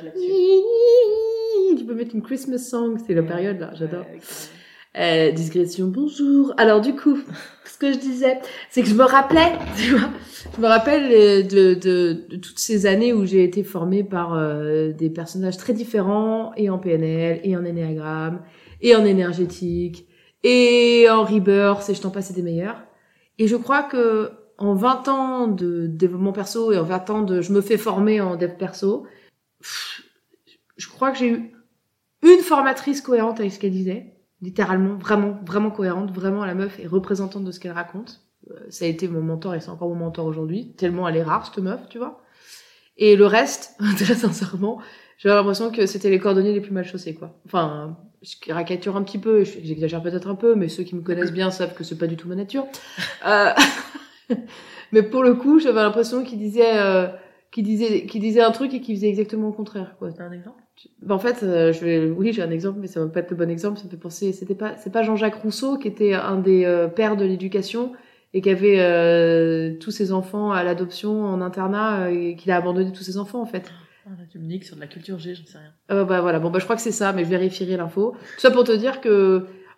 Tu peux mettre une Christmas song, c'est la ouais, période là, j'adore. Ouais, euh, digression, bonjour. Alors du coup, ce que je disais, c'est que je me rappelais, tu vois, je me rappelle de, de, de toutes ces années où j'ai été formée par euh, des personnages très différents, et en P N L, et en énéagramme, et en énergétique, et en rebirth, et je t'en passe, c'est des meilleurs. Et je crois que en vingt ans de développement perso et en vingt ans de je me fais former en dev perso, je crois que j'ai eu une formatrice cohérente avec ce qu'elle disait, littéralement, vraiment, vraiment cohérente, vraiment la meuf est représentante de ce qu'elle raconte. Ça a été mon mentor et c'est encore mon mentor aujourd'hui, tellement elle est rare cette meuf, tu vois. Et le reste, très sincèrement, j'avais l'impression que c'était les cordonniers les plus mal chaussés, quoi. Enfin, je caricature un petit peu, j'exagère peut-être un peu, mais ceux qui me connaissent bien savent que c'est pas du tout ma nature. Euh... Mais pour le coup, j'avais l'impression qu'il disait, euh, qu'il disait, qu'il disait un truc et qu'il faisait exactement le contraire, quoi. T'as un exemple? Ben, en fait, euh, je vais, oui, j'ai un exemple, mais ça va pas être le bon exemple. Ça me fait penser, c'était pas, c'est pas Jean-Jacques Rousseau qui était un des euh, pères de l'éducation et qui avait euh, tous ses enfants à l'adoption en internat euh, et qu'il a abandonné tous ses enfants, en fait. Ah, là, tu me dis que sur de la culture G, j'en sais rien. Euh, bah voilà, bon bah je crois que c'est ça, mais je vérifierai l'info. Tout ça pour te dire que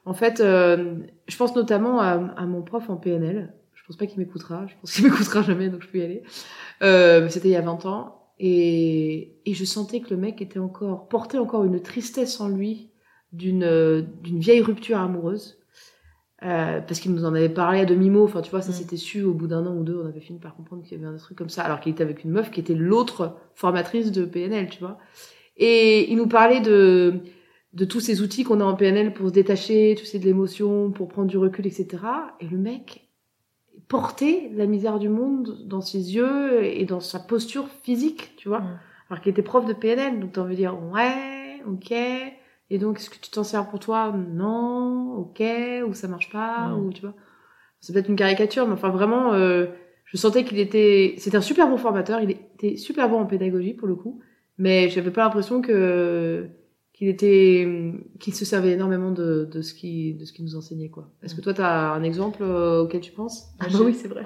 En fait, euh, je pense notamment à, à mon prof en P N L. Je pense pas qu'il m'écoutera. Je pense qu'il m'écoutera jamais, donc je peux y aller. Euh, c'était il y a vingt ans. Et, et je sentais que le mec était encore, portait encore une tristesse en lui d'une, d'une vieille rupture amoureuse. Euh, parce qu'il nous en avait parlé à demi-mot, enfin tu vois, ça mmh. s'était su au bout d'un an ou deux, on avait fini par comprendre qu'il y avait un truc comme ça, alors qu'il était avec une meuf qui était l'autre formatrice de P N L, tu vois. Et il nous parlait de, de tous ces outils qu'on a en P N L pour se détacher, tu sais, de l'émotion, pour prendre du recul, et cetera. Et le mec portait la misère du monde dans ses yeux et dans sa posture physique, tu vois. Mmh. Alors qu'il était prof de P N L, donc t'as envie de dire, ouais, ok... Et donc, est-ce que tu t'en sers pour toi ? Non, ok, ou ça marche pas, mmh. ou tu vois. C'est peut-être une caricature, mais enfin vraiment, euh, je sentais qu'il était, c'était un super bon formateur, il était super bon en pédagogie pour le coup, mais j'avais pas l'impression que qu'il était, qu'il se servait énormément de de ce qui de ce qu'il nous enseignait quoi. Est-ce mmh. que toi t'as un exemple euh, auquel tu penses ? Ah bah oui, c'est vrai.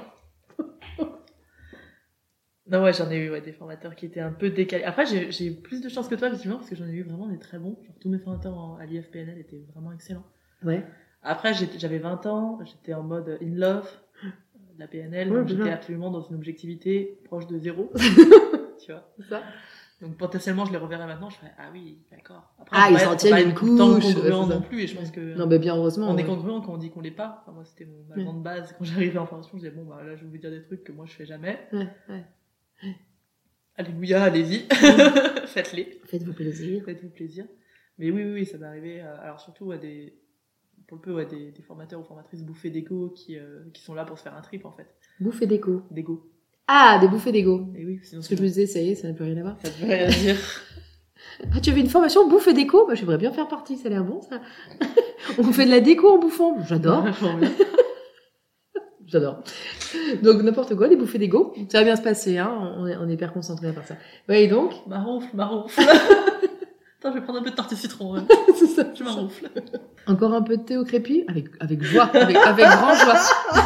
Non, ouais, j'en ai eu ouais, des formateurs qui étaient un peu décalés. Après, j'ai, j'ai eu plus de chance que toi, effectivement, parce que j'en ai eu vraiment des très bons. Genre, tous mes formateurs en, à l'I F P N L étaient vraiment excellents. Ouais. Après, j'étais, j'avais vingt ans, j'étais en mode in love de la P N L, ouais, donc j'étais bien. Absolument dans une objectivité proche de zéro. Tu vois. C'est ça. Donc, potentiellement, je les reverrais maintenant, je ferais, ah oui, d'accord. Après, ah, ils s'en tiennent une couche. Pas congruent non plus, et je pense que. Non, mais bien heureusement. On ouais. est congruent quand on dit qu'on l'est pas. Enfin, moi, c'était mon, ma ouais. grande base. Quand j'arrivais en formation, je disais, bon, bah, là, je vais vous dire des trucs que moi, je fais jamais. Ouais, ouais. Alléluia, allez-y, faites-les. Faites-vous plaisir. Faites-vous plaisir. Mais oui, oui, oui, ça m'est arrivé. À, alors surtout à des, pour le peu, à des, des formateurs ou formatrices bouffées d'ego qui, euh, qui sont là pour se faire un trip en fait. Bouffées d'ego. D'ego. Ah, des bouffées d'ego. Et oui, sinon. Parce que je me disais, ça y est, ça n'a plus rien à voir. Ça ne veut rien dire. Ah, tu avais une formation bouffée d'écho ? Bah, j'aimerais bien faire partie, ça a l'air bon ça. On fait de la déco en bouffant. J'adore. J'adore. Donc, n'importe quoi, des bouffées d'ego. Ça va bien se passer, hein. On est, on est hyper concentrés à part ça. Ouais, et donc? Maronfle, maronfle. Attends, je vais prendre un peu de tarte citron, hein. C'est ça. Je maronfle. Encore un peu de thé au crépi? Avec, avec joie. Avec, avec grand joie.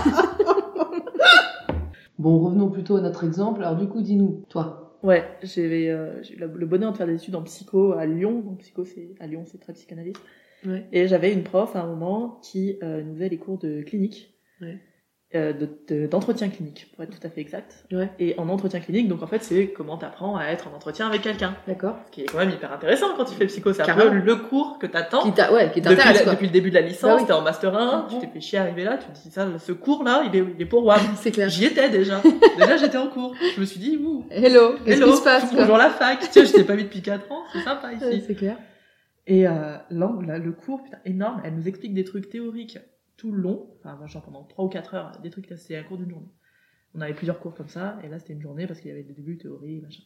Bon, revenons plutôt à notre exemple. Alors, du coup, dis-nous, toi. Ouais, j'ai, euh, j'ai eu le bonheur de faire des études en psycho à Lyon. Donc, psycho, c'est, à Lyon, c'est très psychanalyste. Ouais. Et j'avais une prof, à un moment, qui, euh, nous faisait les cours de clinique. Ouais. Euh, de, de, d'entretien clinique, pour être tout à fait exact. Ouais. Et en entretien clinique, donc en fait, c'est comment t'apprends à être en entretien avec quelqu'un. D'accord. Ce qui est quand même hyper intéressant quand tu fais psycho. C'est Carrément. Un peu le cours que t'attends. Qui t'a, ouais, qui depuis, t'intéresse, la, quoi. depuis le début de la licence, bah oui. T'es en master un, mmh. tu t'es fait chier à arriver là, tu te dis ça, ce cours-là, il est, il est pour W A M. C'est clair. J'y étais déjà. Déjà, j'étais en cours. Je me suis dit, ouh. Hello. Qu'est-ce Hello. qui se passe, Bonjour la fac. Tu sais, je t'ai pas vu depuis quatre ans. C'est sympa ici. Ouais, c'est clair. Et, euh, là, là, le cours, putain, énorme. Elle nous explique des trucs théoriques tout le long, enfin genre pendant trois ou quatre heures, des trucs, c'est un cours d'une journée. On avait plusieurs cours comme ça, et là c'était une journée parce qu'il y avait des débuts, théorie, machin.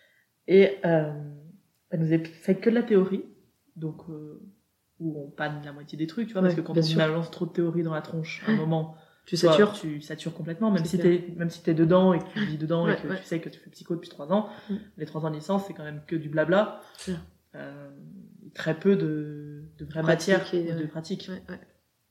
Et euh, elle nous a fait que de la théorie, donc euh, où on panne la moitié des trucs, tu vois, ouais, parce que quand on sûr. balance trop de théorie dans la tronche, à un moment, tu satures, tu satures complètement, même si t'es, même si t'es dedans et que tu vis dedans ouais, et que ouais. tu sais que tu fais psycho depuis trois ans, mm. les trois ans de licence c'est quand même que du blabla, euh, très peu de, de vraie matière, et, de ouais. pratique. Ouais, ouais.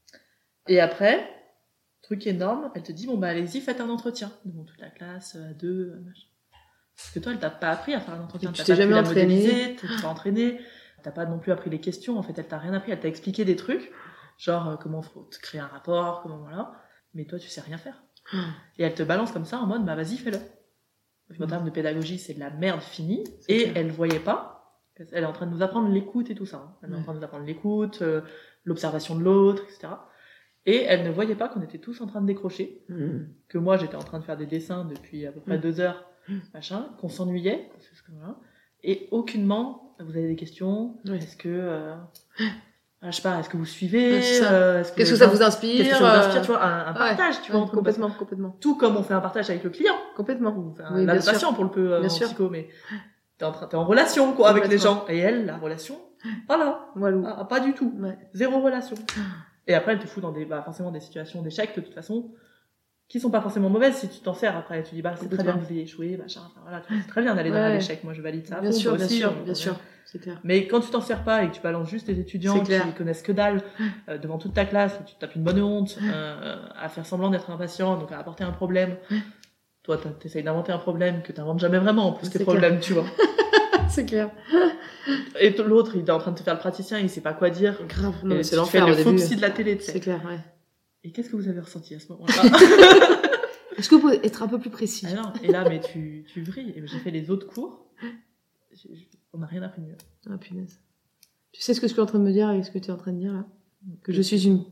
Et après, truc énorme, elle te dit, bon bah allez-y, faites un entretien devant toute la classe, à deux, machin. Parce que toi, elle t'a pas appris à faire un entretien, tu t'as t'es pas jamais pu entraîné. La modéliser, t'es pas entraîné, t'as pas non plus appris les questions, en fait, elle t'a rien appris, elle t'a expliqué des trucs, genre euh, comment faut créer un rapport, comment voilà, mais toi tu sais rien faire. Mmh. Et elle te balance comme ça en mode, bah vas-y, fais-le. Mmh. En termes de pédagogie, c'est de la merde finie, c'est et clair. Elle voyait pas, elle est en train de nous apprendre l'écoute et tout ça, hein. Elle est mmh. en train de nous apprendre l'écoute, euh, l'observation de l'autre, et cetera. Et elle ne voyait pas qu'on était tous en train de décrocher, mmh. que moi j'étais en train de faire des dessins depuis à peu près mmh. deux heures, machin, qu'on s'ennuyait, voilà. Et aucunement, vous avez des questions, oui. Est-ce que, euh, je sais pas, est-ce que vous suivez, ouais, euh, est-ce que qu'est-ce que ça vous inspire, qu'est-ce que ça vous inspire, tu vois, un, un partage, ouais, tu vois, ouais, complètement, complètement. Tout comme on fait un partage avec le client, complètement, ou enfin, oui, la patient pour le peu euh, en sûr. psycho, mais t'es en train, t'es en relation quoi avec les gens, et elle, la relation, voilà, voilà. Ah, pas du tout, ouais. Zéro relation. Et après, elle te fout dans des, bah, forcément des situations d'échec, de toute façon, qui sont pas forcément mauvaises si tu t'en sers après. Tu dis, bah, c'est très bien que vous ayez échoué, machin, enfin, voilà, c'est très bien d'aller ouais. dans l'échec. Moi, je valide ça. Bien sûr, bien aussi, sûr, on, bien on, sûr. C'est clair. Mais quand tu t'en sers pas et que tu balances juste tes étudiants qui connaissent que dalle, euh, devant toute ta classe, où tu te tapes une bonne honte, euh, à faire semblant d'être impatient, donc à apporter un problème. Toi, t'essayes d'inventer un problème que t'inventes jamais vraiment, en plus, tes problèmes, tu vois. C'est clair. Et l'autre, il est en train de te faire le praticien, il sait pas quoi dire. Grave, non, et c'est tu l'enfer fais au le début. faux psy de la télé, tu sais. C'est clair, ouais. Et qu'est-ce que vous avez ressenti à ce moment-là? Est-ce que vous pouvez être un peu plus précis? Ah non, et là, mais tu, tu vrilles. Et j'ai fait les autres cours. J'ai- j'ai- on n'a rien appris de mieux. Ah, punaise. Tu sais ce que je suis en train de me dire avec ce que tu es en train de dire, là? Que je suis une,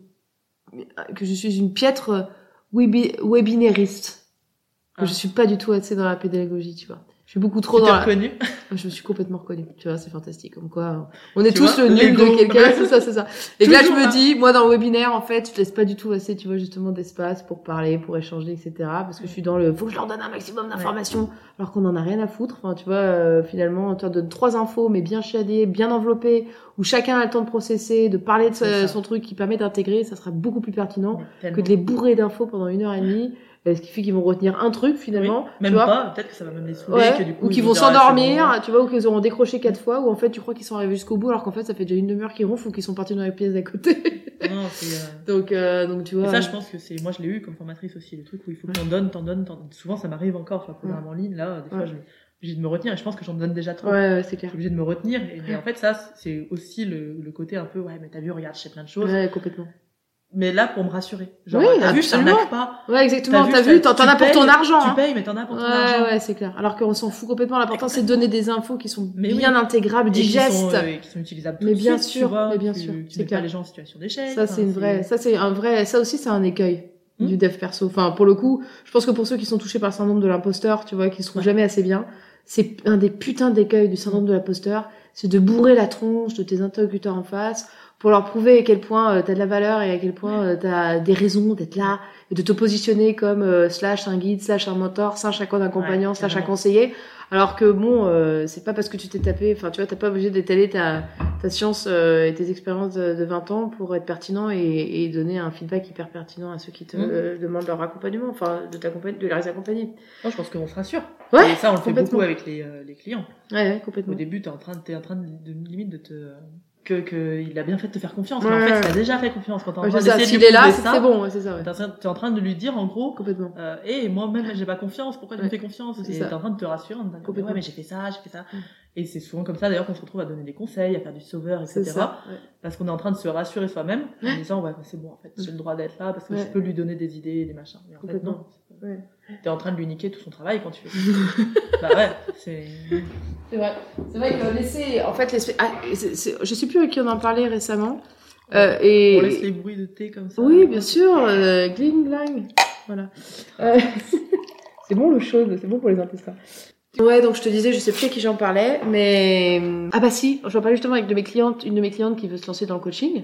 que je suis une piètre webi... webinariste. Que Ah. je suis pas du tout assez dans la pédagogie, tu vois. Je suis beaucoup trop Tu dans t'es la... reconnu? Je me suis complètement reconnue. Tu vois, c'est fantastique. Comme quoi, on est Tu tous vois, le nul l'ego. de quelqu'un. C'est ça, c'est ça. Et que là, je Toujours me là. dis, moi, dans le webinaire, en fait, je laisse pas du tout assez, tu vois, justement, d'espace pour parler, pour échanger, et cetera. Parce que je suis dans le, faut que je leur donne un maximum d'informations, alors qu'on en a rien à foutre. Enfin, tu vois, euh, finalement, on te donne trois infos, mais bien chiadées, bien enveloppées, où chacun a le temps de processer, de parler de C'est ce- ça. son truc qui permet d'intégrer. Ça sera beaucoup plus pertinent Mais que tellement. de les bourrer d'infos pendant une heure et demie. euh, Ce qui fait qu'ils vont retenir un truc, finalement. Oui, tu même vois. pas, peut-être que ça va même les saouler, Ouais, que du coup, ou ils qu'ils vont vont dire, ah, c'est s'endormir, bon. tu vois, ou qu'ils auront décroché quatre fois, ou en fait tu crois qu'ils sont arrivés jusqu'au bout alors qu'en fait ça fait déjà une demi-heure qu'ils ronflent ou qu'ils sont partis dans les pièces d'à côté. Non, c'est, euh, donc, euh, donc tu vois. Et ça, je pense que c'est, moi, je l'ai eu comme formatrice aussi, le truc où il faut que t'en donnes, t'en donnes, t'en donnes. Souvent, ça m'arrive encore sur le programme en ligne, là, des fois, Ouais. je, j'ai de me retenir, et je pense que j'en donne déjà trop. Ouais, ouais, c'est Je clair. suis obligée de me retenir, et, mais en fait, ça, c'est aussi le, le côté un peu, ouais, mais t'as vu, regarde, je sais plein de choses. Ouais, complètement. Mais là, pour me rassurer. Genre, Oui, t'as vu, je absolument. t'arnaque pas. Ouais, exactement. T'as T'as vu, vu, ça- t'en t'en tu as pour payes, ton argent. Tu hein. payes, mais t'en as pour ton Ouais, argent. ouais, c'est clair. Alors qu'on s'en fout complètement. L'important, c'est de donner des infos qui sont Mais bien oui. intégrables, Et qui digestes. sont, euh, qui sont utilisables tout Mais de bien suite, sûr, tu vois. mais bien tu, sûr, Tu c'est mets clair. pas les gens en situation d'échec. Ça, enfin, c'est une vraie, ça, c'est un vrai, ça aussi, c'est un écueil Hmm. du dev perso. Enfin, pour le coup, je pense que pour ceux qui sont touchés par le syndrome de l'imposteur, tu vois, qui se trouvent Ouais. jamais assez bien, c'est un des putains d'écueils du syndrome de l'imposteur. C'est de bourrer la tronche de tes interlocuteurs en face pour leur prouver à quel point euh, t'as de la valeur et à quel point euh, t'as des raisons d'être là et de te positionner comme euh, slash un guide, slash un mentor, slash un accompagnant, Ouais, slash un carrément. conseiller. Alors que bon, euh, c'est pas parce que tu t'es tapé, enfin tu vois, t'as pas obligé d'étaler ta, ta science euh, et tes expériences de, de vingt ans pour être pertinent et, et donner un feedback hyper pertinent à ceux qui te Mhm. euh, demandent leur accompagnement, enfin de t'accompagner, de les accompagner. Non, je pense qu'on se rassure. Ouais, Et ça, on le fait complètement. beaucoup avec les, euh, les clients. Ouais, ouais, Au complètement. début, t'es en train, de- t'es en train de, de limite de te, que, que il a bien fait de te faire confiance. Ouais. Mais en fait, il a déjà fait confiance quand t'es en Ouais, train c'est ça. d'essayer de S'il lui est là, prouver c'est ça. c'est bon, ouais, c'est ça, ouais. T'es en train- t'es en train de lui dire, en gros, Complètement. euh, et moi-même, j'ai pas confiance, pourquoi tu Ouais. me fais confiance? C'est Et ça. t'es en train de te rassurer en te disant, Complètement. ouais, mais j'ai fait ça, j'ai fait ça. Mm. Et c'est souvent comme ça, d'ailleurs, qu'on se retrouve à donner des conseils, à faire du sauveur, C'est et cetera. ça. Ouais. Parce qu'on est en train de se rassurer soi-même, en Ouais. disant, ouais, bah, c'est bon, en fait, j'ai le droit d'être là, parce que Ouais. je peux lui donner des idées, des machins. Mais en fait, Complètement. non. Ouais. T'es en train de lui niquer tout son travail quand tu fais ça. Bah ouais, c'est... C'est vrai. C'est vrai que laisser, en fait, laisser, ah, c'est- c'est- je sais plus avec qui on en parlait récemment. Euh, et On laisse les bruits de thé comme ça. oui, bien sûr, euh, gling glang, voilà. Euh, c'est bon l'eau chaude, c'est bon pour les intestins. Ouais, donc je te disais, je sais plus à qui j'en parlais, mais ah bah si, j'en parlais justement avec de mes clientes, une de mes clientes qui veut se lancer dans le coaching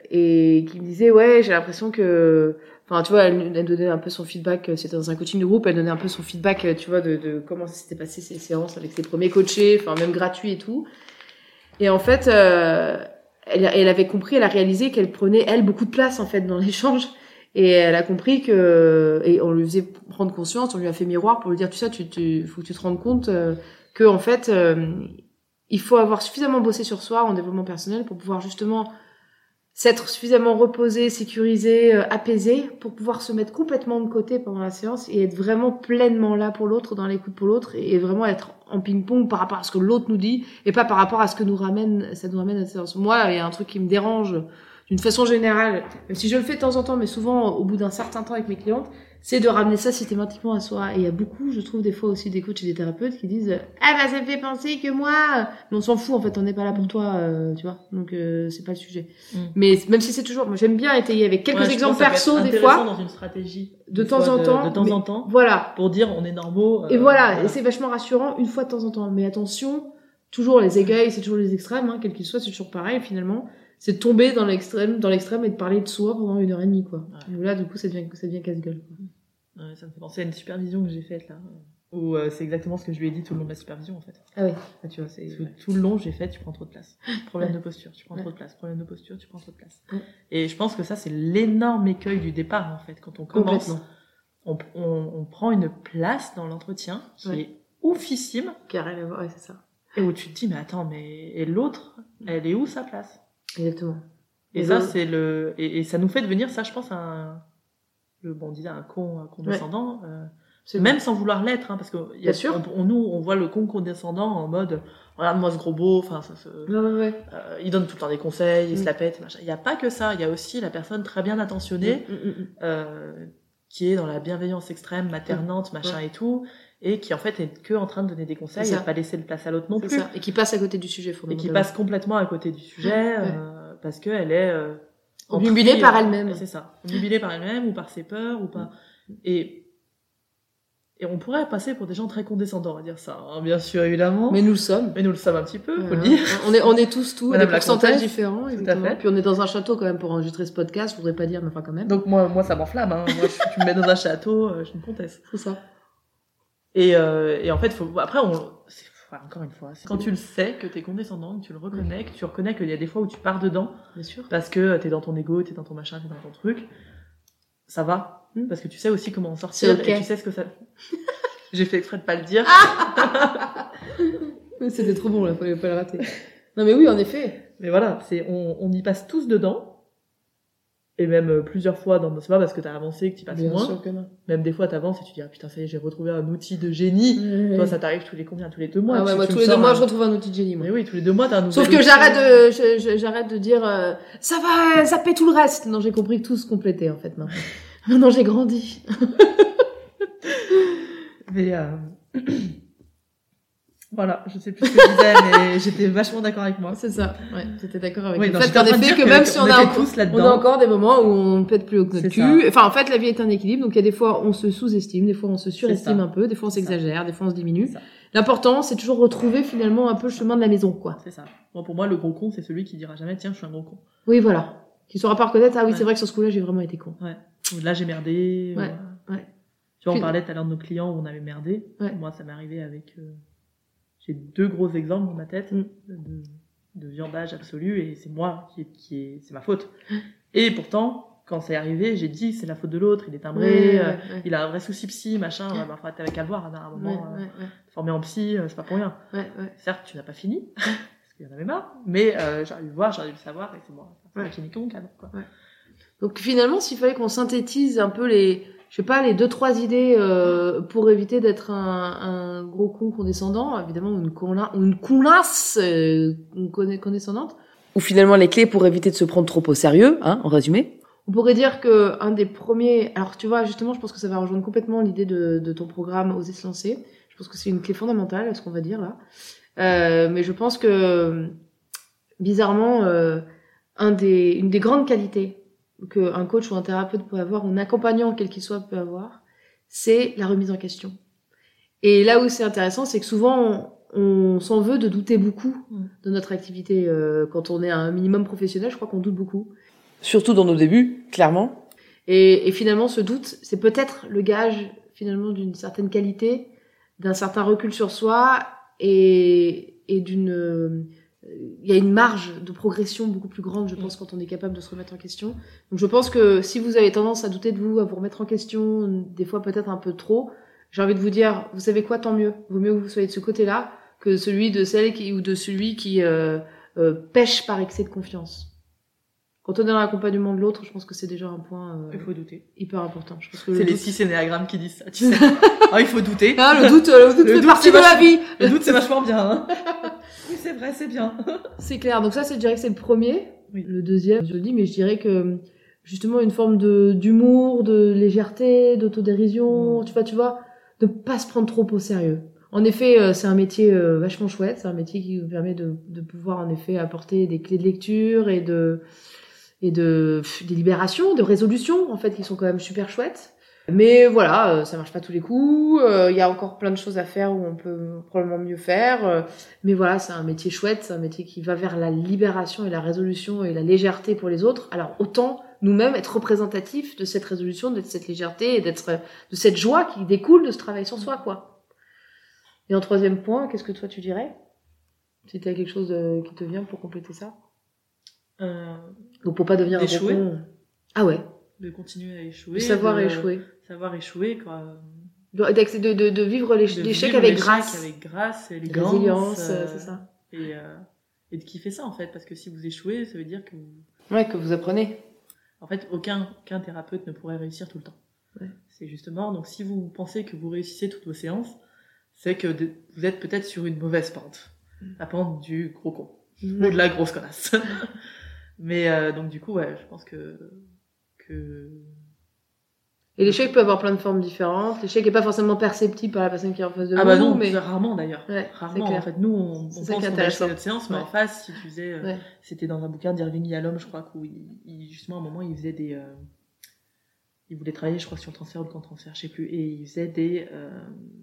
et qui me disait ouais, j'ai l'impression que, enfin tu vois, elle, elle donnait un peu son feedback, c'était dans un coaching de groupe, elle donnait un peu son feedback, tu vois, de, de comment ça s'était passé ses séances avec ses premiers coachés, enfin même gratuits et tout. Et en fait, euh, elle, elle avait compris, elle a réalisé qu'elle prenait elle beaucoup de place en fait dans l'échange. Et elle a compris que, et on lui faisait prendre conscience, on lui a fait miroir pour lui dire, tu sais, tu, tu, faut que tu te rendes compte euh, que, en fait, euh, il faut avoir suffisamment bossé sur soi en développement personnel pour pouvoir justement s'être suffisamment reposé, sécurisé, euh, apaisé pour pouvoir se mettre complètement de côté pendant la séance et être vraiment pleinement là pour l'autre, dans l'écoute pour l'autre et, et vraiment être en ping-pong par rapport à ce que l'autre nous dit et pas par rapport à ce que nous ramène, ça nous ramène à la séance. Moi, il y a un truc qui me dérange d'une façon générale, même si je le fais de temps en temps, mais souvent au bout d'un certain temps avec mes clientes, c'est de ramener ça systématiquement à soi. Et il y a beaucoup, je trouve, des fois aussi des coachs et des thérapeutes qui disent « Ah bah ça me fait penser que moi... » Mais on s'en fout, en fait, on n'est pas là pour toi, euh, tu vois. Donc euh, c'est pas le sujet. Mm. Mais même si c'est toujours... Moi j'aime bien étayer avec quelques ouais, exemples perso des fois. dans une stratégie. De temps en temps. De, de temps en temps. Voilà. Pour dire on est normaux. Euh, et voilà, voilà. Et c'est vachement rassurant une fois de temps en temps. Mais attention, toujours les écueils, c'est toujours les extrêmes, hein, quel qu'ils soient, c'est toujours pareil finalement. C'est de tomber dans l'extrême, dans l'extrême et de parler de soi pendant une heure et demie, quoi. Ouais. Là, du coup, ça devient, ça devient casse-gueule, quoi. Ouais, ça me fait penser à une supervision que j'ai faite, là. Où euh, c'est exactement ce que je lui ai dit tout le long de la supervision, en fait. Ah ouais. Ah, tu vois, c'est... Tout, tout le long, j'ai fait, tu prends trop de place. Problème ouais. de posture, tu prends ouais. trop de place. Problème de posture, tu prends trop de place. Ouais. Et je pense que ça, c'est l'énorme écueil du départ, en fait. Quand on commence, on, on, on prend une place dans l'entretien qui ouais. est oufissime. Carrément, ouais, c'est ça. Et où tu te dis, mais attends, mais et l'autre, elle est où sa place? Exactement. Et, et ça, c'est le, et, et ça nous fait devenir, ça, je pense, un, le, bon, on disait un con condescendant, ouais. euh, C'est même vrai. sans vouloir l'être, hein, parce que y a, Bien sûr. On, on, nous, on voit le con condescendant en mode, regarde-moi ce gros beau, enfin, ça, ça, Ouais, ouais, ouais. euh, il donne tout le temps des conseils, il Mm. se la pète, machin. Il y a pas que ça, il y a aussi la personne très bien attentionnée, Mm, mm, mm. euh, qui est dans la bienveillance extrême, maternante, machin Ouais. et tout, et qui en fait est que en train de donner des conseils C'est et ça. de pas laisser de place à l'autre non C'est plus. ça. Et qui passe à côté du sujet, Et qui fondamentalement. passe complètement à côté du sujet, Ouais. euh, parce qu'elle est euh, Obnubilée entrée, par euh, elle-même. C'est ça. Obnubilée par elle-même ou par ses peurs ou pas. Et et on pourrait passer pour des gens très condescendants à dire ça, hein, bien sûr évidemment. Mais nous le sommes. Mais nous le sommes un petit peu, faut Voilà. le dire. On est, on est tous tout, à Madame des la pourcentages comtesse. différents, Tout à exactement. fait. Puis on est dans un château quand même pour enregistrer ce podcast, je voudrais pas dire, mais enfin quand même. Donc moi, moi ça m'enflamme. Hein. Moi, je, tu me mets dans un château, euh, je suis une comtesse. C'est ça. Et, euh, et en fait, faut, après, on, c'est, ouais, encore une fois, c'est quand tu le sais, que t'es condescendant, que tu le reconnais, que tu reconnais qu'il y a des fois où tu pars dedans, Bien sûr. parce que t'es dans ton ego, t'es dans ton machin, t'es dans ton truc, ça va, Mm. parce que tu sais aussi comment en sortir, C'est ok. et tu sais ce que ça... J'ai fait exprès de pas le dire. C'était trop bon là, fallait pas le rater. Non mais oui, en effet. Mais voilà, c'est, on, on y passe tous dedans, et même euh, plusieurs fois dans c'est pas parce que t'as avancé que tu passes Bien moins, sûr que non. même des fois t'avances et tu dis, ah putain, ça y est, j'ai retrouvé un outil de génie. Ouais. Toi, ça t'arrive tous les combien? Tous les deux mois? Ah ouais, tu- moi tu tous me les deux sors mois un- je retrouve un outil de génie moi. Mais oui, tous les deux mois, t'as un nouvel Sauf que outil. j'arrête de, je- je- j'arrête de dire euh, ça va zapper tout le reste. Non, j'ai compris que tout se complétait en fait maintenant. Maintenant j'ai grandi. Mais euh... voilà, je sais plus ce que je disais, mais j'étais vachement d'accord avec moi. C'est ça. Ouais, j'étais d'accord avec Oui, le non, fait j'étais en qu'en train de effet dire que que- même si qu'on on a, était encore, tous là-dedans. on a encore des moments où on pète plus haut que notre C'est cul. ça. Enfin, en fait, la vie est un équilibre. Donc il y a des fois on se sous-estime, des fois on se surestime ça. un peu, des fois on C'est ça. s'exagère, des fois on se diminue. C'est ça. L'important, c'est toujours retrouver finalement un peu le chemin de la maison, quoi. C'est ça. Bon, pour moi, le gros con, c'est celui qui dira jamais, tiens, je suis un gros con. Oui, voilà. Qui saura pas reconnaître. Ah oui, Ouais. c'est vrai que sur ce coup-là, j'ai vraiment été con. Ouais. Ou là, j'ai merdé. Ouais, euh, ouais. Tu vois, on Puis- parlait tout à l'heure de nos clients où on avait merdé. Ouais. Moi, ça m'est arrivé avec... euh, J'ai deux gros exemples dans ma tête Mm. de, de viandage absolu et c'est moi qui, qui est... C'est ma faute. Et pourtant, quand c'est arrivé, j'ai dit c'est la faute de l'autre, il est timbré, Ouais, euh, ouais, ouais. il a un vrai souci psy, machin. Ouais, bah, enfin, t'avais qu'à le voir hein, à un moment. Ouais, euh, ouais, Formé en psy, euh, c'est pas pour rien. ouais, ouais. Certes, tu n'as pas fini, parce qu'il y en avait marre, mais euh, j'aurais dû le voir, j'aurais dû le savoir, et c'est moi. C'est Ouais. moi qui n'y con, cadre, quoi. Donc finalement, s'il fallait qu'on synthétise un peu les, je sais pas, les deux trois idées euh, pour éviter d'être un, un gros con condescendant, évidemment, ou une conla- ou une connasse euh, conne- condescendante. Ou finalement les clés pour éviter de se prendre trop au sérieux, hein, en résumé. On pourrait dire que un des premiers, alors tu vois, justement, je pense que ça va rejoindre complètement l'idée de, de ton programme Oser se lancer. Je pense que c'est une clé fondamentale, ce qu'on va dire là. Euh, mais je pense que bizarrement, euh, un des, une des grandes qualités qu'un coach ou un thérapeute peut avoir, ou un accompagnant quel qu'il soit peut avoir, c'est la remise en question. Et là où c'est intéressant, c'est que souvent on, on s'en veut de douter beaucoup Mm. de notre activité. Euh, quand on est à un minimum professionnel, je crois qu'on doute beaucoup. Surtout dans nos débuts, clairement. Et, et finalement, ce doute, c'est peut-être le gage finalement d'une certaine qualité, d'un certain recul sur soi et, et d'une... euh, il y a une marge de progression beaucoup plus grande, je pense, quand on est capable de se remettre en question. Donc je pense que si vous avez tendance à douter de vous, à vous remettre en question, des fois peut-être un peu trop, j'ai envie de vous dire, vous savez quoi, tant mieux. Vaut mieux que vous soyez de ce côté-là que celui de celle qui, ou de celui qui euh, euh, pêche par excès de confiance. Quand on est dans l'accompagnement de l'autre, je pense que c'est déjà un point euh, Il faut douter. hyper important. Je pense que C'est le les doute... six énéagrammes qui disent ça, tu sais. Ah, il faut douter. Ah, le doute, le doute Le fait doute, partie c'est de la vachement- vie. Le doute, c'est vachement bien, hein. Oui, c'est vrai, c'est bien. C'est clair. Donc ça, c'est, je dirais que c'est le premier. Oui. Le deuxième, je le dis, mais je dirais que justement une forme de d'humour, de légèreté, d'autodérision, Mm. tu vois, tu vois, de pas se prendre trop au sérieux. En effet, euh, c'est un métier euh, vachement chouette. C'est un métier qui vous permet de, de pouvoir en effet apporter des clés de lecture et de et de pff, des libérations, de résolutions en fait qui sont quand même super chouettes. Mais voilà, euh, ça marche pas tous les coups. Il euh, y a encore plein de choses à faire où on peut probablement mieux faire. Euh, mais voilà, c'est un métier chouette, c'est un métier qui va vers la libération et la résolution et la légèreté pour les autres. Alors autant nous-mêmes être représentatifs de cette résolution, de cette légèreté et d'être de cette joie qui découle de ce travail sur soi, quoi. Et en troisième point, qu'est-ce que toi tu dirais? Si t'as quelque chose euh, qui te vient pour compléter ça. Euh, Donc pour pas devenir un gros D'échouer. con. Ah ouais. de continuer à échouer. De savoir de- échouer. Savoir échouer, quoi. De, de, de, de vivre les- De l'échec vivre avec l'échec grâce. avec grâce, élégance. Résilience, euh, euh, c'est ça. Et, euh, et de kiffer ça, en fait. Parce que si vous échouez, ça veut dire que vous... Ouais, que vous apprenez. En fait, aucun, aucun thérapeute ne pourrait réussir tout le temps. Ouais. C'est justement, donc si vous pensez que vous réussissez toutes vos séances, c'est que de, vous êtes peut-être sur une mauvaise pente. Mmh. La pente du gros con. Mmh. Ou de la grosse connasse. Mais euh, donc du coup, ouais, je pense que... que... Et l'échec peut avoir plein de formes différentes. L'échec n'est pas forcément perceptible par la personne qui est en face de vous. Ah bah non, mais rarement d'ailleurs. Ouais, rarement. En fait, nous, on, on pense qu'on a fait notre séance, mais ouais. en face, si tu faisais... Euh, ouais. C'était dans un bouquin d'Irving Yalom, je crois, où il, il, justement, à un moment, il faisait des... Euh, il voulait travailler, je crois, sur le transfert ou le contre-transfert, je sais plus. Et il faisait des, euh,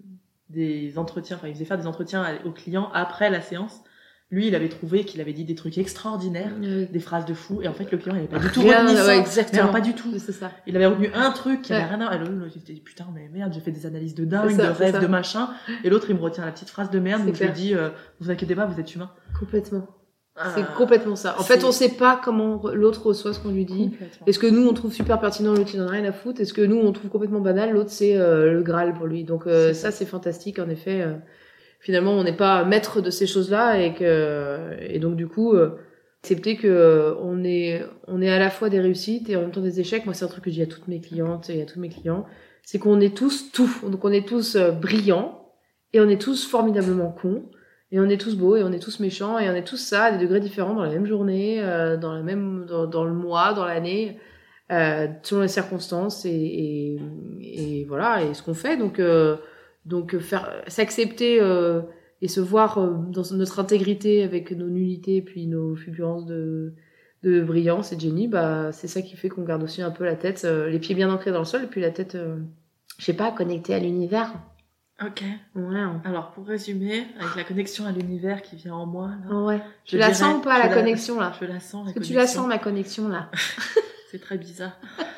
des entretiens, enfin, il faisait faire des entretiens aux clients après la séance. Lui, il avait trouvé qu'il avait dit des trucs extraordinaires, oui. des phrases de fou, et en fait, le client, il avait pas du tout rien, retenu ça. Ouais, exactement. Mais non, pas du tout. C'est ça. Il avait retenu un truc qui ouais. avait rien à... Alors, il s'était dit, putain, mais merde, j'ai fait des analyses de dingue, ça, de rêves, ça. de machin. Et l'autre, il me retient la petite phrase de merde où je lui dis, euh, vous inquiétez pas, vous êtes humain. Complètement. Ah, c'est complètement ça. En fait, on sait pas comment l'autre reçoit ce qu'on lui dit. Est-ce que nous, on trouve super pertinent, l'autre, il en a rien à foutre. Est-ce que nous, on trouve complètement banal, l'autre, c'est euh, le Graal pour lui. Donc, euh, ça, c'est fantastique, en effet. Euh, finalement, on n'est pas maître de ces choses-là et que, et donc, du coup, euh, accepter que euh, on est, on est à la fois des réussites et en même temps des échecs. Moi, c'est un truc que je dis à toutes mes clientes et à tous mes clients. C'est qu'on est tous tout. Donc, on est tous euh, brillants et on est tous formidablement cons. Et on est tous beaux, et on est tous méchants, et on est tous ça, à des degrés différents, dans la même journée, euh, dans la même, dans, dans le mois, dans l'année, euh, selon les circonstances, et, et, et voilà, et ce qu'on fait. Donc, euh, donc faire, s'accepter euh, et se voir euh, dans notre intégrité avec nos nullités, puis nos fulgurances de, de brillance et de génie, bah, c'est ça qui fait qu'on garde aussi un peu la tête, euh, les pieds bien ancrés dans le sol, et puis la tête, euh, je sais pas, connectée à l'univers. Ok. Ouais. Alors, pour résumer, avec la connexion à l'univers qui vient en moi, là, ouais. Je tu la dirais, sens ou pas, la, la connexion, là? Je la sens, la Est-ce que connexion. tu la sens, ma connexion, là? C'est très bizarre.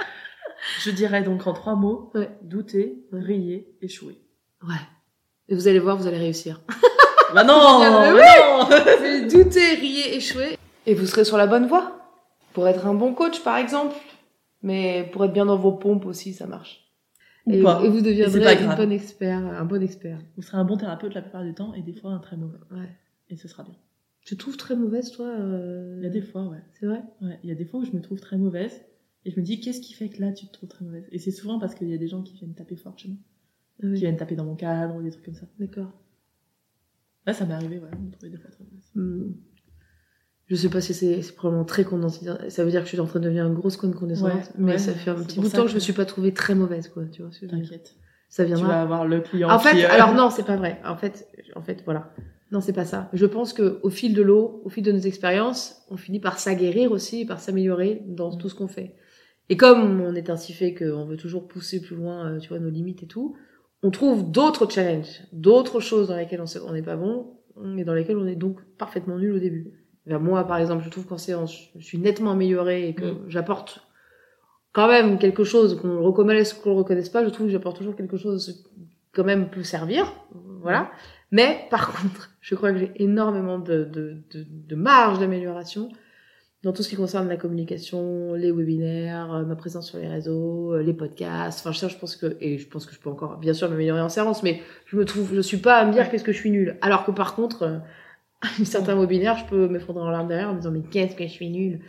Je dirais donc en trois mots, ouais. douter, ouais. rier, échouer. Ouais. Et vous allez voir, vous allez réussir. Bah non, dire, mais non. Vous allez douter, rier, échouer. Et vous serez sur la bonne voie. Pour être un bon coach, par exemple. Mais pour être bien dans vos pompes aussi, ça marche. Et, et vous deviendrez un bon expert, un bon expert. Vous serez un bon thérapeute la plupart du temps et des fois un très mauvais. Ouais. Et ce sera bien. Tu te trouves très mauvaise, toi euh... Il y a des fois, ouais. C'est vrai? Ouais. Il y a des fois où je me trouve très mauvaise et je me dis, qu'est-ce qui fait que là tu te trouves très mauvaise? Et c'est souvent parce qu'il y a des gens qui viennent taper fort chez moi. Ah oui. Qui viennent taper dans mon cadre ou des trucs comme ça. D'accord. Là, ça m'est arrivé, ouais, de me trouver des fois très mauvaise. Mmh. Je sais pas si c'est, c'est probablement très condescendant. Ça veut dire que je suis en train de devenir une grosse conne condescendante. Ouais, mais ouais, ça fait un petit bout de temps que, que je me suis pas trouvée très mauvaise, quoi. Tu vois, t'inquiète. Ça viendra. Tu vas avoir le client. En fait, qui, euh... alors non, c'est pas vrai. En fait, en fait, voilà. Non, c'est pas ça. Je pense que au fil de l'eau, au fil de nos expériences, on finit par s'aguerrir aussi, par s'améliorer dans mmh. tout ce qu'on fait. Et comme on est ainsi fait qu'on veut toujours pousser plus loin, tu vois, nos limites et tout, on trouve d'autres challenges, d'autres choses dans lesquelles on n'est pas bon, et dans lesquelles on est donc parfaitement nul au début. Vers moi, par exemple, je trouve qu'en séance, je suis nettement améliorée et que mmh. j'apporte quand même quelque chose, qu'on le reconnaisse ou qu'on le reconnaisse pas, je trouve que j'apporte toujours quelque chose quand même peut servir, voilà. Mmh. Mais, par contre, je crois que j'ai énormément de, de, de, de marge d'amélioration dans tout ce qui concerne la communication, les webinaires, ma présence sur les réseaux, les podcasts. Enfin, ça, je pense que, et je pense que je peux encore, bien sûr, m'améliorer en séance, mais je me trouve, je suis pas à me dire qu'est-ce que je suis nulle. Alors que par contre, certains mmh. webinaires, je peux m'effondrer en larmes derrière en me disant, mais qu'est-ce que je suis nulle.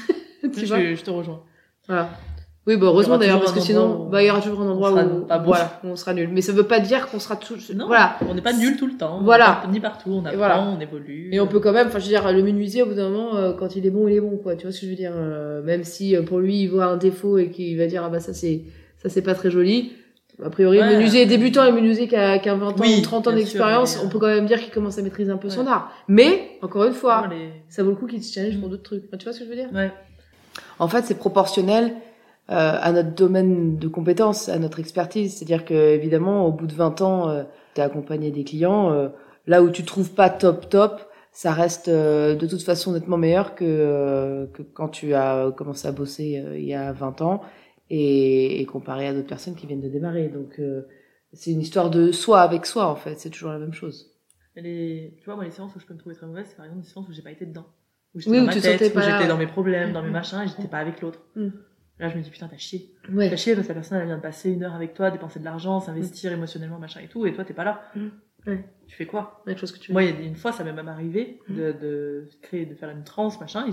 Tu je, vois je te rejoins. Voilà. Oui, bah, heureusement d'ailleurs, parce que sinon, où... bah, il y aura toujours un endroit où, pas bon. voilà, où on sera nul. Mais ça veut pas dire qu'on sera tout, non, voilà. On n'est pas nul tout le temps. Voilà. Ni partout, on apprend, voilà. on évolue. Et on peut quand même, enfin, je veux dire, le menuisier, au bout d'un moment, euh, quand il est bon, il est bon, quoi. Tu vois ce que je veux dire? Euh, même si, euh, pour lui, il voit un défaut et qu'il va dire, ah bah, ça c'est, ça c'est pas très joli. A priori, ouais, le menuisier est débutant, le menuisier qui a, qui a vingt ans oui, ou trente ans d'expérience, sûr, mais... on peut quand même dire qu'il commence à maîtriser un peu ouais. son art. Mais, encore une fois, les... ça vaut le coup qu'il se challenge mmh. pour d'autres trucs. Enfin, tu vois ce que je veux dire? Ouais. En fait, c'est proportionnel Euh, à notre domaine de compétences, à notre expertise. C'est-à-dire que, évidemment, au bout de vingt ans, euh, t'es accompagné des clients, euh, là où tu trouves pas top top, ça reste euh, de toute façon nettement meilleur que, euh, que quand tu as commencé à bosser euh, il y a vingt ans et, et comparé à d'autres personnes qui viennent de démarrer. Donc, euh, c'est une histoire de soi avec soi, en fait. C'est toujours la même chose. Les, tu vois, moi, les séances où je peux me trouver très mauvaise, c'est par exemple des séances où j'ai pas été dedans. Où j'étais oui, dans où ma tu tête, sentais pas où j'étais là. dans mes problèmes, dans mes machins, et j'étais pas avec l'autre. Mm. Là, je me dis, putain, t'as chié. Ouais. T'as chié parce que la personne, elle vient de passer une heure avec toi, dépenser de l'argent, s'investir mmh. émotionnellement, machin et tout, et toi, t'es pas là. Mmh. Ouais. Tu fais quoi? Ouais, chose que tu Moi, il y a une fois, ça m'est même arrivé mmh. de, de créer, de faire une transe, machin et tout.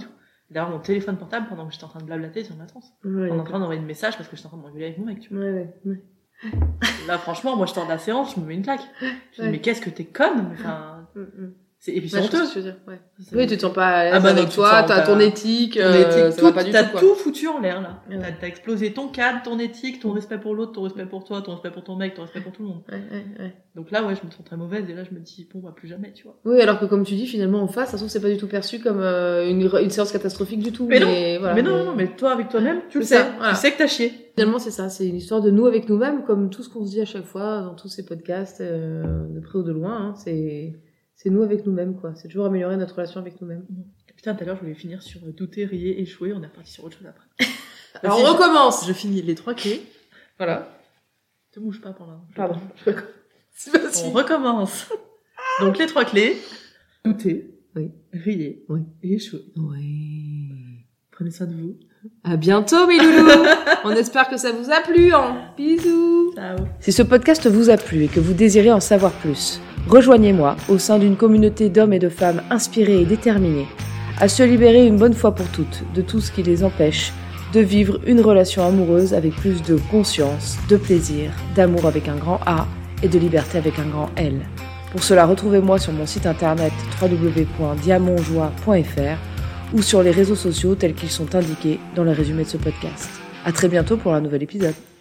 d'avoir mon téléphone portable pendant que j'étais en train de blablater sur ma transe. Ouais, en train d'envoyer des messages parce que j'étais en train de m'engueuler avec mon mec, tu vois. Ouais, ouais, ouais. Là, franchement, moi, je sors de la séance, je me mets une claque. Je me dis, Ouais. mais qu'est-ce que t'es conne? Enfin, Mm, mm. c'est, et puis c'est Ouais, je vois honteux. ce que tu veux dire, ouais. C'est- Oui, tu te sens pas à l'aise Ah bah non, avec tu te toi, sens t'as pas- ton éthique, Ton euh, éthique, ça tout, va pas du t'as tout, quoi. tout foutu en l'air, là. Ouais. T'as, t'as explosé ton cadre, ton éthique, ton respect pour l'autre, ton respect pour toi, ton respect pour ton mec, ton respect pour tout le monde. Ouais, ouais, ouais. Donc là, ouais, je me sens très mauvaise, et là, je me dis, bon, bah, plus jamais, tu vois. Oui, alors que comme tu dis, finalement, en face, de toute façon, c'est pas du tout perçu comme euh, une, une séance catastrophique du tout. Mais non, voilà, mais non, non, non, mais toi, avec toi-même, tu le C'est sais. ça, voilà. Tu sais que t'as chié. Finalement, c'est ça, c'est une histoire de nous avec nous-mêmes, comme tout ce qu'on se dit à chaque fois dans tous ces podcasts, euh, de près ou de loin, hein, c'est, c'est nous avec nous-mêmes, quoi. C'est toujours améliorer notre relation avec nous-mêmes. Putain, tout à l'heure, je voulais finir sur douter, rier, échouer, on est reparti sur autre chose après. Alors, Si, on je- recommence! Je finis les trois clés. Voilà. Te bouge pas pendant. Pardon. C'est pas On recommence. Donc les trois clés. Douter. Oui. Rier. Oui. Et échouer. Oui. Prenez soin de vous. À bientôt, mes loulous! On espère que ça vous a plu, hein. Bisous! Ciao. Si ce podcast vous a plu et que vous désirez en savoir plus, rejoignez-moi au sein d'une communauté d'hommes et de femmes inspirés et déterminés à se libérer une bonne fois pour toutes de tout ce qui les empêche de vivre une relation amoureuse avec plus de conscience, de plaisir, d'amour avec un grand A et de liberté avec un grand L. Pour cela, retrouvez-moi sur mon site internet w w w point diamantjoie point f r ou sur les réseaux sociaux tels qu'ils sont indiqués dans le résumé de ce podcast. À très bientôt pour un nouvel épisode.